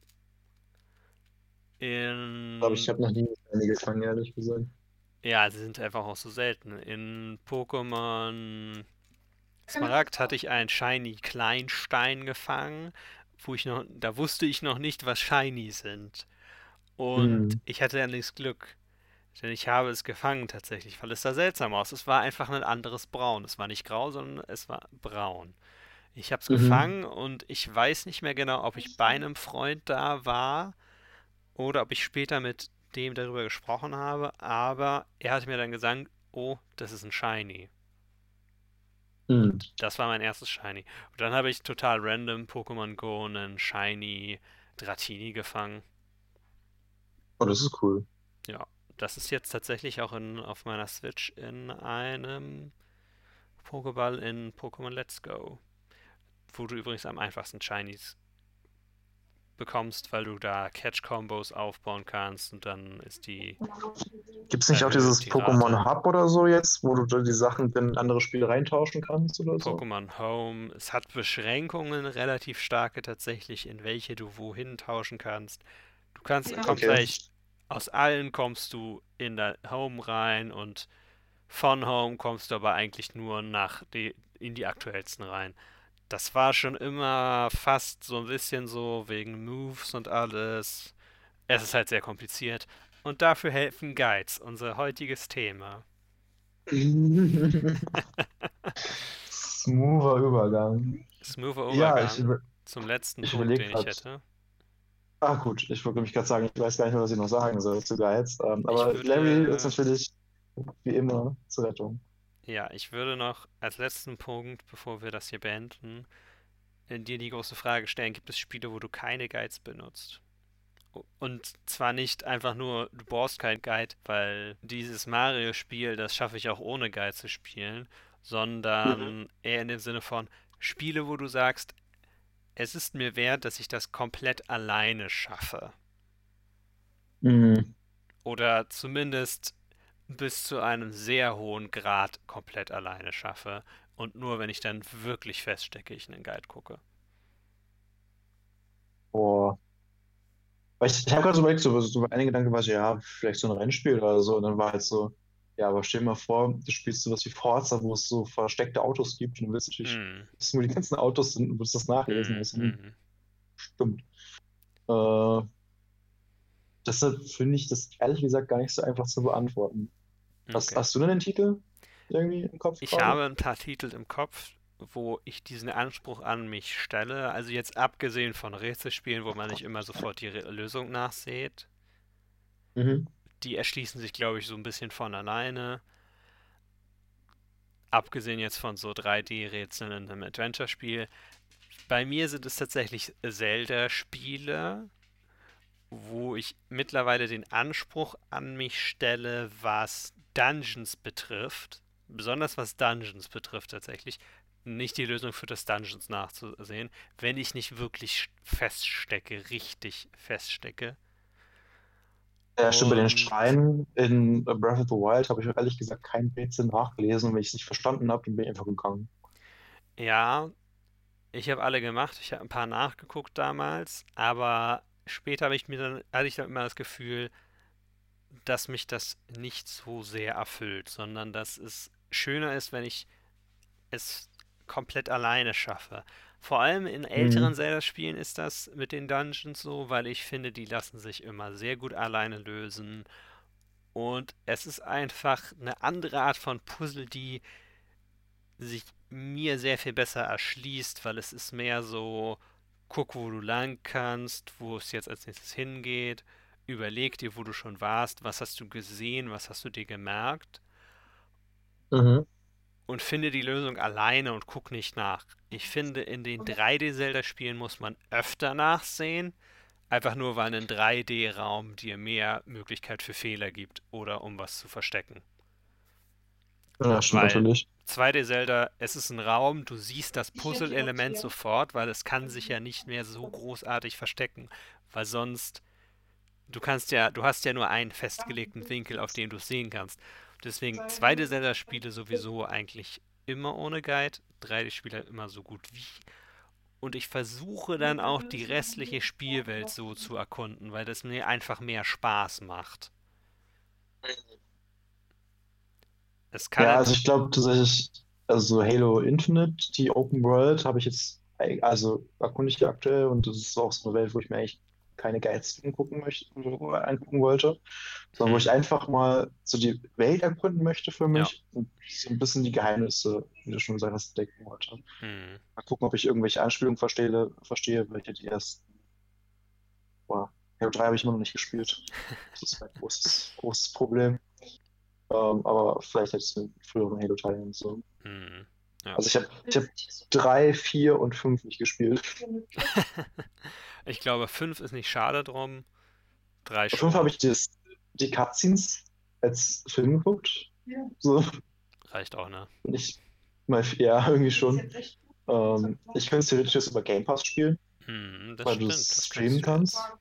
Ich glaube, ich In habe noch nie eine gefangen, ehrlich gesagt. Ja, sie sind einfach auch so selten. In Pokémon Smaragd hatte ich einen Shiny Kleinstein gefangen, wo ich noch, da wusste ich noch nicht, was Shiny sind. Und Mhm. ich hatte allerdings Glück, denn ich habe es gefangen tatsächlich, weil es sah seltsam aus. Es war einfach ein anderes Braun. Es war nicht grau, sondern es war braun. Ich habe es Mhm. gefangen und ich weiß nicht mehr genau, ob ich bei einem Freund da war oder ob ich später mit dem darüber gesprochen habe, aber er hat mir dann gesagt, oh, das ist ein Shiny. Mhm. Und das war mein erstes Shiny. Und dann habe ich total random Pokémon Go einen Shiny Dratini gefangen. Oh, das ist cool. Ja, das ist jetzt tatsächlich auch in, auf meiner Switch in einem Pokéball in Pokémon Let's Go, wo du übrigens am einfachsten Shinies bekommst, weil du da Catch-Combos aufbauen kannst und dann ist die Gibt es nicht auch erhöht dieses die Rate. Pokémon Hub oder so jetzt, wo du da die Sachen in andere Spiele reintauschen kannst oder so? Pokémon Home, es hat Beschränkungen, relativ starke tatsächlich, in welche du wohin tauschen kannst. Du kannst, kommst Okay. eigentlich, aus allen kommst du in der Home rein und von Home kommst du aber eigentlich nur nach die, in die aktuellsten rein. Das war schon immer fast so ein bisschen so wegen Moves und alles. Es ist halt sehr kompliziert. Und dafür helfen Guides, unser heutiges Thema. Smoother Übergang. Smoother Ja, ich, Übergang über, zum letzten ich Punkt, überlege den ich gerade. hätte. Ah, gut, ich wollte mich gerade sagen, ich weiß gar nicht mehr, was ich noch sagen soll zu Guides. Ähm, Ich aber Larry ist würde, natürlich wie immer zur Rettung. ja, ich würde noch als letzten Punkt, bevor wir das hier beenden, äh, dir die große Frage stellen, gibt es Spiele, wo du keine Guides benutzt? Und zwar nicht einfach nur, du brauchst keinen Guide, weil dieses Mario-Spiel, das schaffe ich auch ohne Guide zu spielen, Mhm. sondern eher in dem Sinne von Spiele, wo du sagst, es ist mir wert, dass ich das komplett alleine schaffe. Mhm. Oder zumindest bis zu einem sehr hohen Grad komplett alleine schaffe. Und nur wenn ich dann wirklich feststecke, ich einen Guide gucke. Boah. Weil ich, ich habe gerade so überlegt, so, so ein Gedanke war so, ja, vielleicht so ein Rennspiel oder so. Und dann war halt so, ja, aber stell dir mal vor, du spielst sowas wie Forza, wo es so versteckte Autos gibt und du willst natürlich Hm, wissen, wo die ganzen Autos sind und willst das nachlesen. hm, Das ist hm. stimmt. Äh, Deshalb finde ich das ehrlich gesagt gar nicht so einfach zu beantworten. Hast, Okay. hast du denn den Titel irgendwie im Kopf Ich gerade? habe ein paar Titel im Kopf, wo ich diesen Anspruch an mich stelle. Also jetzt abgesehen von Rätselspielen, wo man nicht immer sofort die Re Lösung nachsieht. Mhm. Die erschließen sich, glaube ich, so ein bisschen von alleine. Abgesehen jetzt von so drei D-Rätseln in einem Adventure-Spiel. Bei mir sind es tatsächlich Zelda-Spiele, wo ich mittlerweile den Anspruch an mich stelle, was Dungeons betrifft. Besonders was Dungeons betrifft tatsächlich. Nicht die Lösung für das Dungeons nachzusehen, wenn ich nicht wirklich feststecke, richtig feststecke. Ja, stimmt, bei den Und Schreinen in Breath of the Wild habe ich ehrlich gesagt kein Rätsel nachgelesen und wenn ich es nicht verstanden habe, dann bin ich einfach gegangen. ja, ich habe alle gemacht, ich habe ein paar nachgeguckt damals, aber später habe ich mir dann, hatte ich dann immer das Gefühl, dass mich das nicht so sehr erfüllt, sondern dass es schöner ist, wenn ich es komplett alleine schaffe. Vor allem in älteren Mhm. Zelda-Spielen ist das mit den Dungeons so, weil ich finde, die lassen sich immer sehr gut alleine lösen. Und es ist einfach eine andere Art von Puzzle, die sich mir sehr viel besser erschließt, weil es ist mehr so, guck, wo du lang kannst, wo es jetzt als nächstes hingeht, überleg dir, wo du schon warst, was hast du gesehen, was hast du dir gemerkt. Mhm. und finde die Lösung alleine und guck nicht nach. Ich finde, in den drei D-Zelda-Spielen muss man öfter nachsehen, einfach nur, weil ein drei D-Raum dir mehr Möglichkeit für Fehler gibt oder um was zu verstecken. Ja, stimmt Weil natürlich. zwei D-Zelda, es ist ein Raum, du siehst das Puzzle-Element sofort, weil es kann sich ja nicht mehr so großartig verstecken, weil sonst, du kannst ja, du hast ja nur einen festgelegten Winkel, auf dem du es sehen kannst. Deswegen zwei D-Zelda-Spiele sowieso eigentlich immer ohne Guide, drei D-Spiele immer so gut wie. Und ich versuche dann auch die restliche Spielwelt so zu erkunden, weil das mir einfach mehr Spaß macht. Es kann Ja, nat- also ich glaube tatsächlich, also so Halo Infinite, die Open World, habe ich jetzt, eig- also erkunde ich die aktuell und das ist auch so eine Welt, wo ich mir eigentlich keine Guides angucken möchte, angucken wollte, sondern wo hm, ich einfach mal so die Welt erkunden möchte für ja, mich und so ein bisschen die Geheimnisse, wie du schon gesagt hast, entdecken wollte. hm, Mal gucken, ob ich irgendwelche Anspielungen verstehe, verstehe, welche die ersten, boah, Halo drei habe ich immer noch nicht gespielt. Das ist mein großes, großes Problem. Ähm, aber vielleicht hätte ich es mit früheren Halo-Teilen so. hm, ja. Also ich habe ich hab drei, vier und fünf nicht gespielt. Ich glaube, fünf ist nicht schade drum, drei Fünf habe schon. ich das, die Cutscenes als Film geguckt. So, Reicht auch, ne? nicht mal, ja, irgendwie schon. Ähm, ich könnte es theoretisch jetzt über Game Pass spielen, Hm, das weil du stimmt, es das streamen könntest du kannst. jetzt.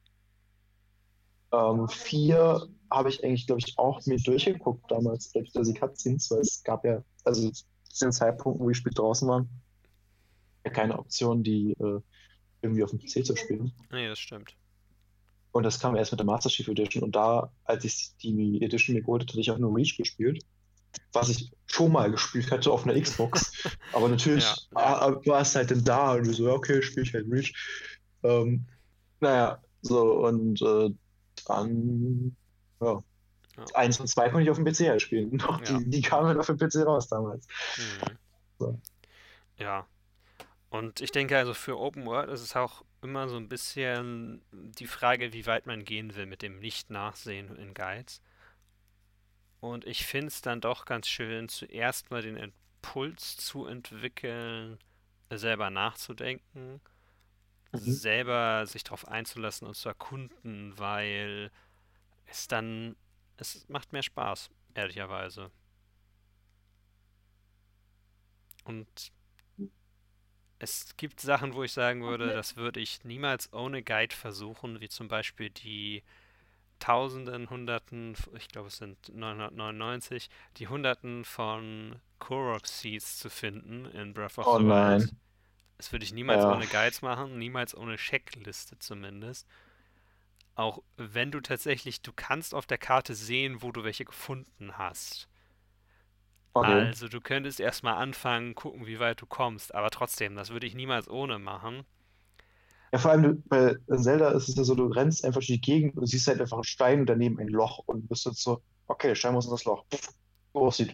Ähm, vier habe ich eigentlich, glaube ich, auch mir durchgeguckt damals, selbst die Cutscenes, weil es gab ja, also zu den Zeitpunkten, wo die Spiele draußen waren, ja keine Option, die äh, irgendwie auf dem P C zu spielen. Nee, das stimmt. Und das kam erst mit der Master Chief Edition. Und da, als ich die Edition mir geholt hatte, hatte ich auch nur Reach gespielt, was ich schon mal gespielt hatte auf einer Xbox. Aber Ja, natürlich ja, ah, war es halt dann da und ich so, ja, okay, spiele ich halt Reach. Ähm, naja, so und äh, dann, ja, ja, eins und zwei konnte ich auf dem P C halt spielen. Noch ja. die, die kamen halt auf dem P C raus damals. Hm, So. ja. Und ich denke also für Open World ist es auch immer so ein bisschen die Frage, wie weit man gehen will mit dem Nicht-Nachsehen in Guides. Und ich finde es dann doch ganz schön, zuerst mal den Impuls zu entwickeln, selber nachzudenken, Mhm. selber sich darauf einzulassen und zu erkunden, weil es dann, es macht mehr Spaß, ehrlicherweise. Und es gibt Sachen, wo ich sagen würde, das würde ich niemals ohne Guide versuchen, wie zum Beispiel die Tausenden, Hunderten, ich glaube es sind neunhundertneunundneunzig, die Hunderten von Korok Seeds zu finden in Breath of Oh the Wild. nein. Das würde ich niemals Ja. ohne Guides machen, niemals ohne Checkliste zumindest. Auch wenn du tatsächlich, du kannst auf der Karte sehen, wo du welche gefunden hast. Okay. Also du könntest erstmal anfangen, gucken, wie weit du kommst, aber trotzdem, das würde ich niemals ohne machen. Ja, vor allem du, bei Zelda ist es ja so, du rennst einfach durch die Gegend und siehst halt einfach einen Stein und daneben ein Loch und bist jetzt so, okay, der Stein muss in das Loch. Puff, so aussieht.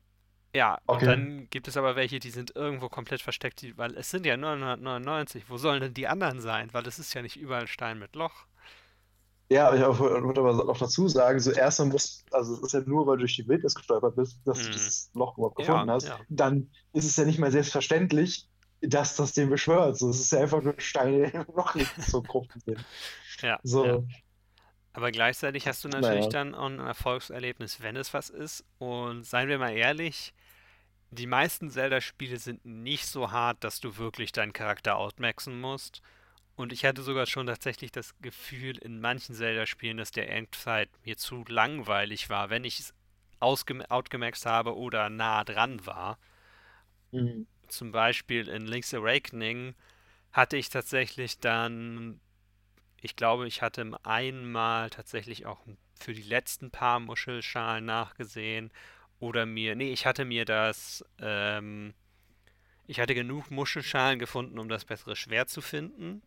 Ja, und Okay. dann gibt es aber welche, die sind irgendwo komplett versteckt, die, weil es sind ja neunhundertneunundneunzig. Wo sollen denn die anderen sein? Weil es ist ja nicht überall Stein mit Loch. Ja, aber ich auch- würde aber noch dazu sagen, so erstmal muss, also es ist ja nur, weil du durch die Wildnis gestolpert bist, dass du Hm. dieses Loch überhaupt Ja, gefunden hast, ja, dann ist es ja nicht mal selbstverständlich, dass das den beschwört. So, es ist ja einfach nur ein Stein, der im Loch liegt, so grob gesehen. ja, ja. So, Aber gleichzeitig hast du natürlich naja. dann auch ein Erfolgserlebnis, wenn es was ist. Und seien wir mal ehrlich, die meisten Zelda-Spiele sind nicht so hart, dass du wirklich deinen Charakter outmaxen musst. Und ich hatte sogar schon tatsächlich das Gefühl in manchen Zelda-Spielen, dass der Endfight mir zu langweilig war, wenn ich es ausgem- outgemaxt habe oder nah dran war. Mhm. Zum Beispiel in Link's Awakening hatte ich tatsächlich dann, ich glaube, ich hatte einmal tatsächlich auch für die letzten paar Muschelschalen nachgesehen. Oder mir, nee, ich hatte mir das, ähm, ich hatte genug Muschelschalen gefunden, um das bessere Schwert zu finden.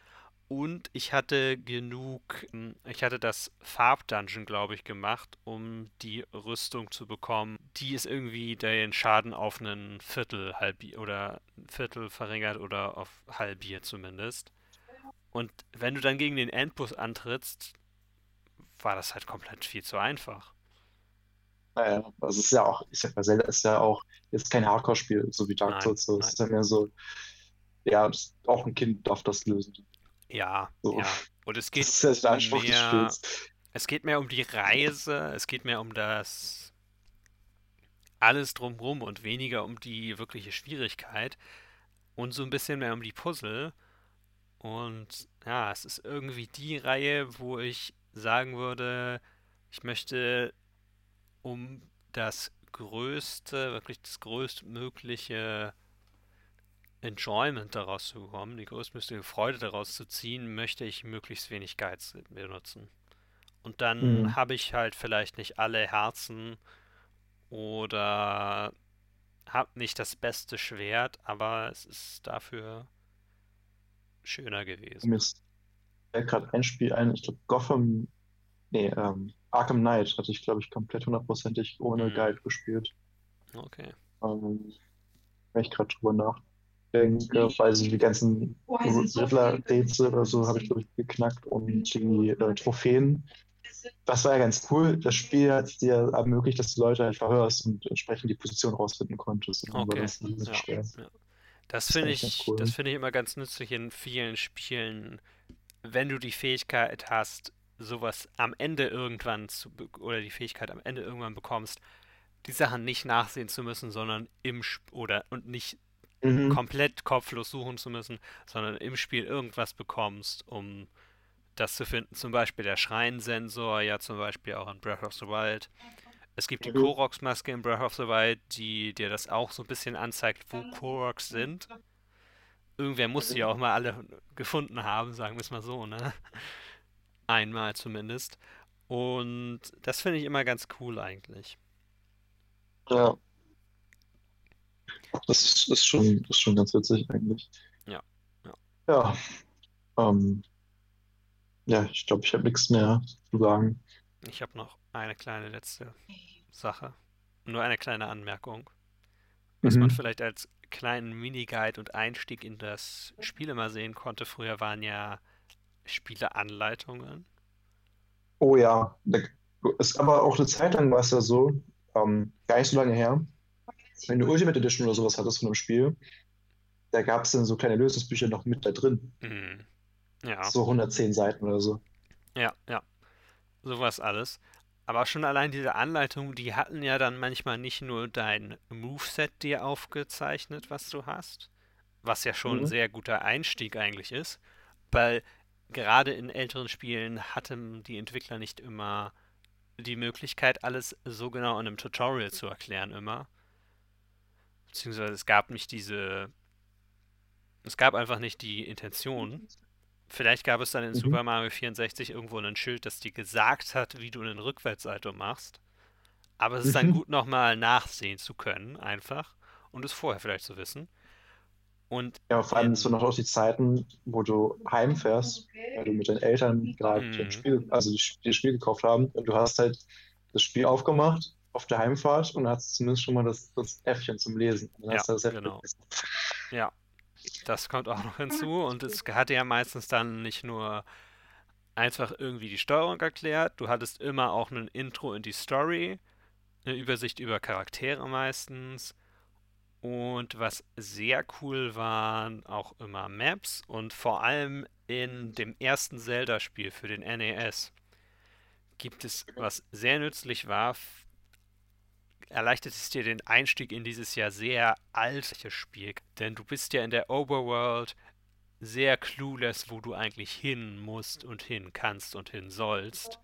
Und ich hatte genug, ähm, ich hatte das Farbdungeon, glaube ich, gemacht, um die Rüstung zu bekommen. Die ist irgendwie den Schaden auf ein Viertel halbiert oder ein Viertel verringert oder auf halbiert zumindest. Und wenn du dann gegen den Endboss antrittst, war das halt komplett viel zu einfach. naja, also es ist ja auch, ich sag mal, Zelda ist ja auch jetzt kein Hardcore-Spiel, so wie Dark Nein, Souls. So. Es nein. ist ja mehr so, ja, das, auch ein Kind darf das lösen. Ja, So. ja. Und es Das geht ist ja der Anspruch des mehr, Spiels. es geht mehr um die Reise, es geht mehr um das alles drumherum und weniger um die wirkliche Schwierigkeit und so ein bisschen mehr um die Puzzle. Und ja, es ist irgendwie die Reihe, wo ich sagen würde, ich möchte um das größte, wirklich das größtmögliche Enjoyment daraus zu bekommen, die größtmögliche Freude daraus zu ziehen, möchte ich möglichst wenig Guides benutzen. Und dann Mhm. habe ich halt vielleicht nicht alle Herzen oder habe nicht das beste Schwert, aber es ist dafür schöner Mir gewesen. ist gerade ein Spiel ein, ich glaube Gotham, nee, ähm, Arkham Knight hatte ich, glaube ich, komplett hundertprozentig ohne Hm, Guide gespielt. okay. Ähm, Wenn ich gerade drüber nachdenke, weil sie die ganzen Riddler-Rätsel oder so habe ich, glaube ich, geknackt und die äh, Trophäen. Das war ja ganz cool. Das Spiel hat dir ermöglicht, dass du Leute halt verhörst und entsprechend die Position rausfinden konntest. Und dann war Okay. das riesig Ja, schwer. ja. Das Das finde fand ich ganz ich, das cool. finde ich immer ganz nützlich in vielen Spielen, wenn du die Fähigkeit hast, sowas am Ende irgendwann zu be- oder die Fähigkeit am Ende irgendwann bekommst, die Sachen nicht nachsehen zu müssen, sondern im Sp oder und nicht Mhm. komplett kopflos suchen zu müssen, sondern im Spiel irgendwas bekommst, um das zu finden. Zum Beispiel der Schreinsensor, ja zum Beispiel auch in Breath of the Wild. Es gibt die Mhm. Koroks-Maske in Breath of the Wild, die dir das auch so ein bisschen anzeigt, wo Koroks sind. Irgendwer muss sie ja auch Mhm. mal alle gefunden haben, sagen wir es mal so, ne? Einmal zumindest. Und das finde ich immer ganz cool eigentlich. Ja, das ist, ist schon, ist schon ganz witzig eigentlich. Ja, ja. Ja, ähm, ja, ich glaube, ich habe nichts mehr zu sagen. Ich habe noch eine kleine letzte Sache. Nur eine kleine Anmerkung. Was man Mhm. vielleicht als kleinen Miniguide und Einstieg in das Spiel immer sehen konnte, früher waren ja Spieleanleitungen. Oh ja, da, ist aber auch eine Zeit lang war es ja so, ähm, gar nicht so lange her, wenn du Ultimate Edition oder sowas hattest von einem Spiel, da gab es dann so kleine Lösungsbücher noch mit da drin. Hm, ja, So hundertzehn Seiten oder so. ja, ja. Sowas alles. Aber schon allein diese Anleitungen, die hatten ja dann manchmal nicht nur dein Moveset dir aufgezeichnet, was du hast, was ja schon ein Mhm. sehr guter Einstieg eigentlich ist, weil gerade in älteren Spielen hatten die Entwickler nicht immer die Möglichkeit, alles so genau in einem Tutorial zu erklären immer. Beziehungsweise es gab nicht diese, es gab einfach nicht die Intention. Vielleicht gab es dann in Mhm. Super Mario vierundsechzig irgendwo ein Schild, das dir gesagt hat, wie du einen Rückwärtssalto machst. Aber es ist dann Mhm. gut, nochmal nachsehen zu können, einfach. Und es vorher vielleicht zu wissen. Und Ja, vor allem, es waren in. noch auch die Zeiten, wo du heimfährst, weil du mit deinen Eltern gerade ein Mm, Spiel, also die, die Spiel gekauft haben und du hast halt das Spiel aufgemacht auf der Heimfahrt und hast zumindest schon mal das, das Äffchen zum Lesen. Und dann ja, hast du das Heft genau. gelesen. Ja, das kommt auch noch hinzu. Und es hatte ja meistens dann nicht nur einfach irgendwie die Steuerung erklärt, du hattest immer auch ein Intro in die Story, eine Übersicht über Charaktere meistens. Und was sehr cool waren, auch immer Maps und vor allem in dem ersten Zelda-Spiel für den N E S gibt es, was sehr nützlich war, erleichtert es dir den Einstieg in dieses ja sehr alte Spiel. Denn du bist ja in der Overworld sehr clueless, wo du eigentlich hin musst und hin kannst und hin sollst.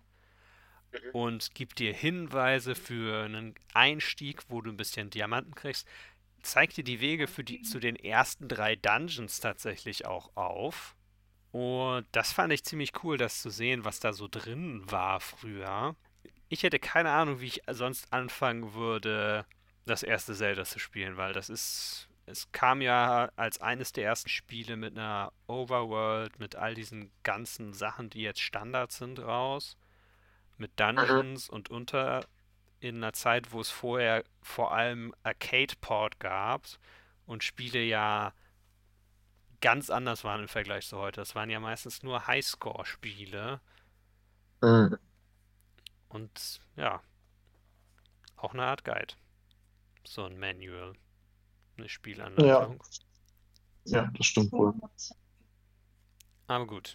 Und gibt dir Hinweise für einen Einstieg, wo du ein bisschen Diamanten kriegst. Zeigt dir die Wege für die, zu den ersten drei Dungeons tatsächlich auch auf. Und das fand ich ziemlich cool, das zu sehen, was da so drin war früher. Ich hätte keine Ahnung, wie ich sonst anfangen würde, das erste Zelda zu spielen, weil das ist. Es kam ja als eines der ersten Spiele mit einer Overworld, mit all diesen ganzen Sachen, die jetzt Standard sind, raus. Mit Mhm. Dungeons und unter in einer Zeit, wo es vorher vor allem Arcade-Port gab und Spiele ja ganz anders waren im Vergleich zu heute. Das waren ja meistens nur Highscore-Spiele. Mhm. Und ja, auch eine Art Guide. So ein Manual, eine Ja, Spielanleitung. ja, das stimmt wohl. Aber gut,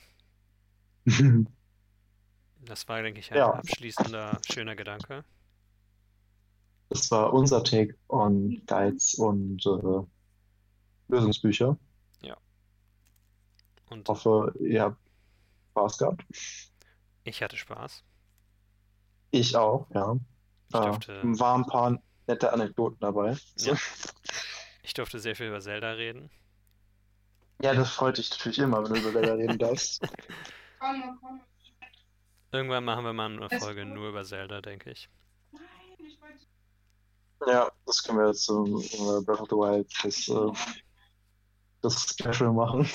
das war, denke ich, ein Ja, abschließender, schöner Gedanke. das war unser Take on Guides und äh, Lösungsbücher. Ja, und Hoffe, ihr habt Spaß gehabt. ich hatte Spaß. Ich auch, ja. Ich Äh, durfte, waren ein paar nette Anekdoten dabei. So. ja, ich durfte sehr viel über Zelda reden. Ja, das freut dich natürlich immer, wenn du über Zelda reden darfst. Irgendwann machen wir mal eine Folge nur über Zelda, denke ich. Ja, das können wir jetzt zum äh, Breath of the Wild, das, äh, das Special machen.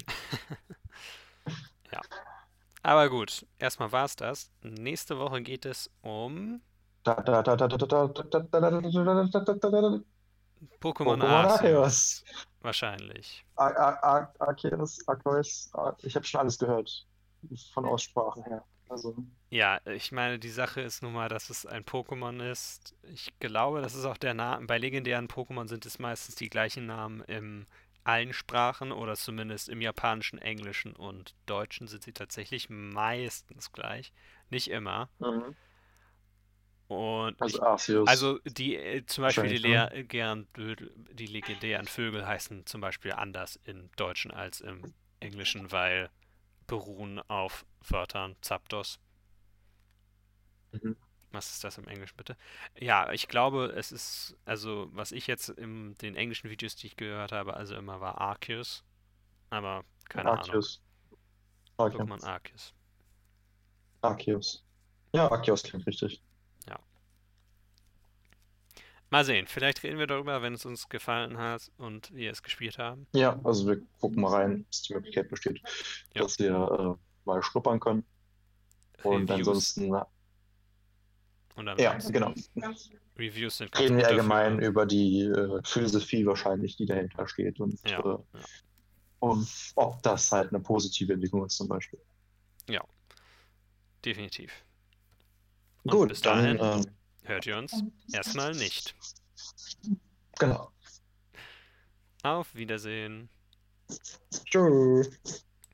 Ja. Aber gut, erstmal war's das. Nächste Woche geht es um Da, da, da, da, da, da, da, da, da, da, da, da, da, da, da. Pokémon Pokémon Arceus. Arceus. Wahrscheinlich. Ar Ar Ar Arceus, Arceus, Ar ich habe schon alles gehört. Von Aussprachen her. Also, Ja, ich meine, die Sache ist nun mal, dass es ein Pokémon ist. Ich glaube, das ist auch der Name. Bei legendären Pokémon sind es meistens die gleichen Namen in allen Sprachen oder zumindest im Japanischen, Englischen und Deutschen sind sie tatsächlich meistens gleich. Nicht immer. mhm. Und Also ich, Arceus also die, äh, zum Beispiel die, wahrscheinlich, ne? legendären, die legendären Vögel heißen zum Beispiel anders im Deutschen als im Englischen, weil beruhen auf Wörtern Zapdos. Mhm. Was ist das im Englischen bitte? Ja, ich glaube, es ist, also was ich jetzt in den englischen Videos, die ich gehört habe, also immer war Arceus, aber keine Ahnung. Arceus. Okay. Pokémon Arceus. Arceus. Ja, Arceus klingt richtig. Ja. Mal sehen, vielleicht reden wir darüber, wenn es uns gefallen hat und wir es gespielt haben. Ja, also wir gucken mal rein, dass die Möglichkeit besteht, Ja, dass wir äh, mal schnuppern können. Und Reviews. ansonsten, Und ja, ansonsten, genau. Reviews sind ganz Reden wir gut allgemein dafür. über die äh, Philosophie wahrscheinlich, die dahinter steht und, Ja, äh, ja, und ob das halt eine positive Entwicklung ist zum Beispiel. ja, definitiv. Und bis Gut, dann dahin äh, hört ihr uns erstmal nicht. genau. Auf Wiedersehen. Tschüss.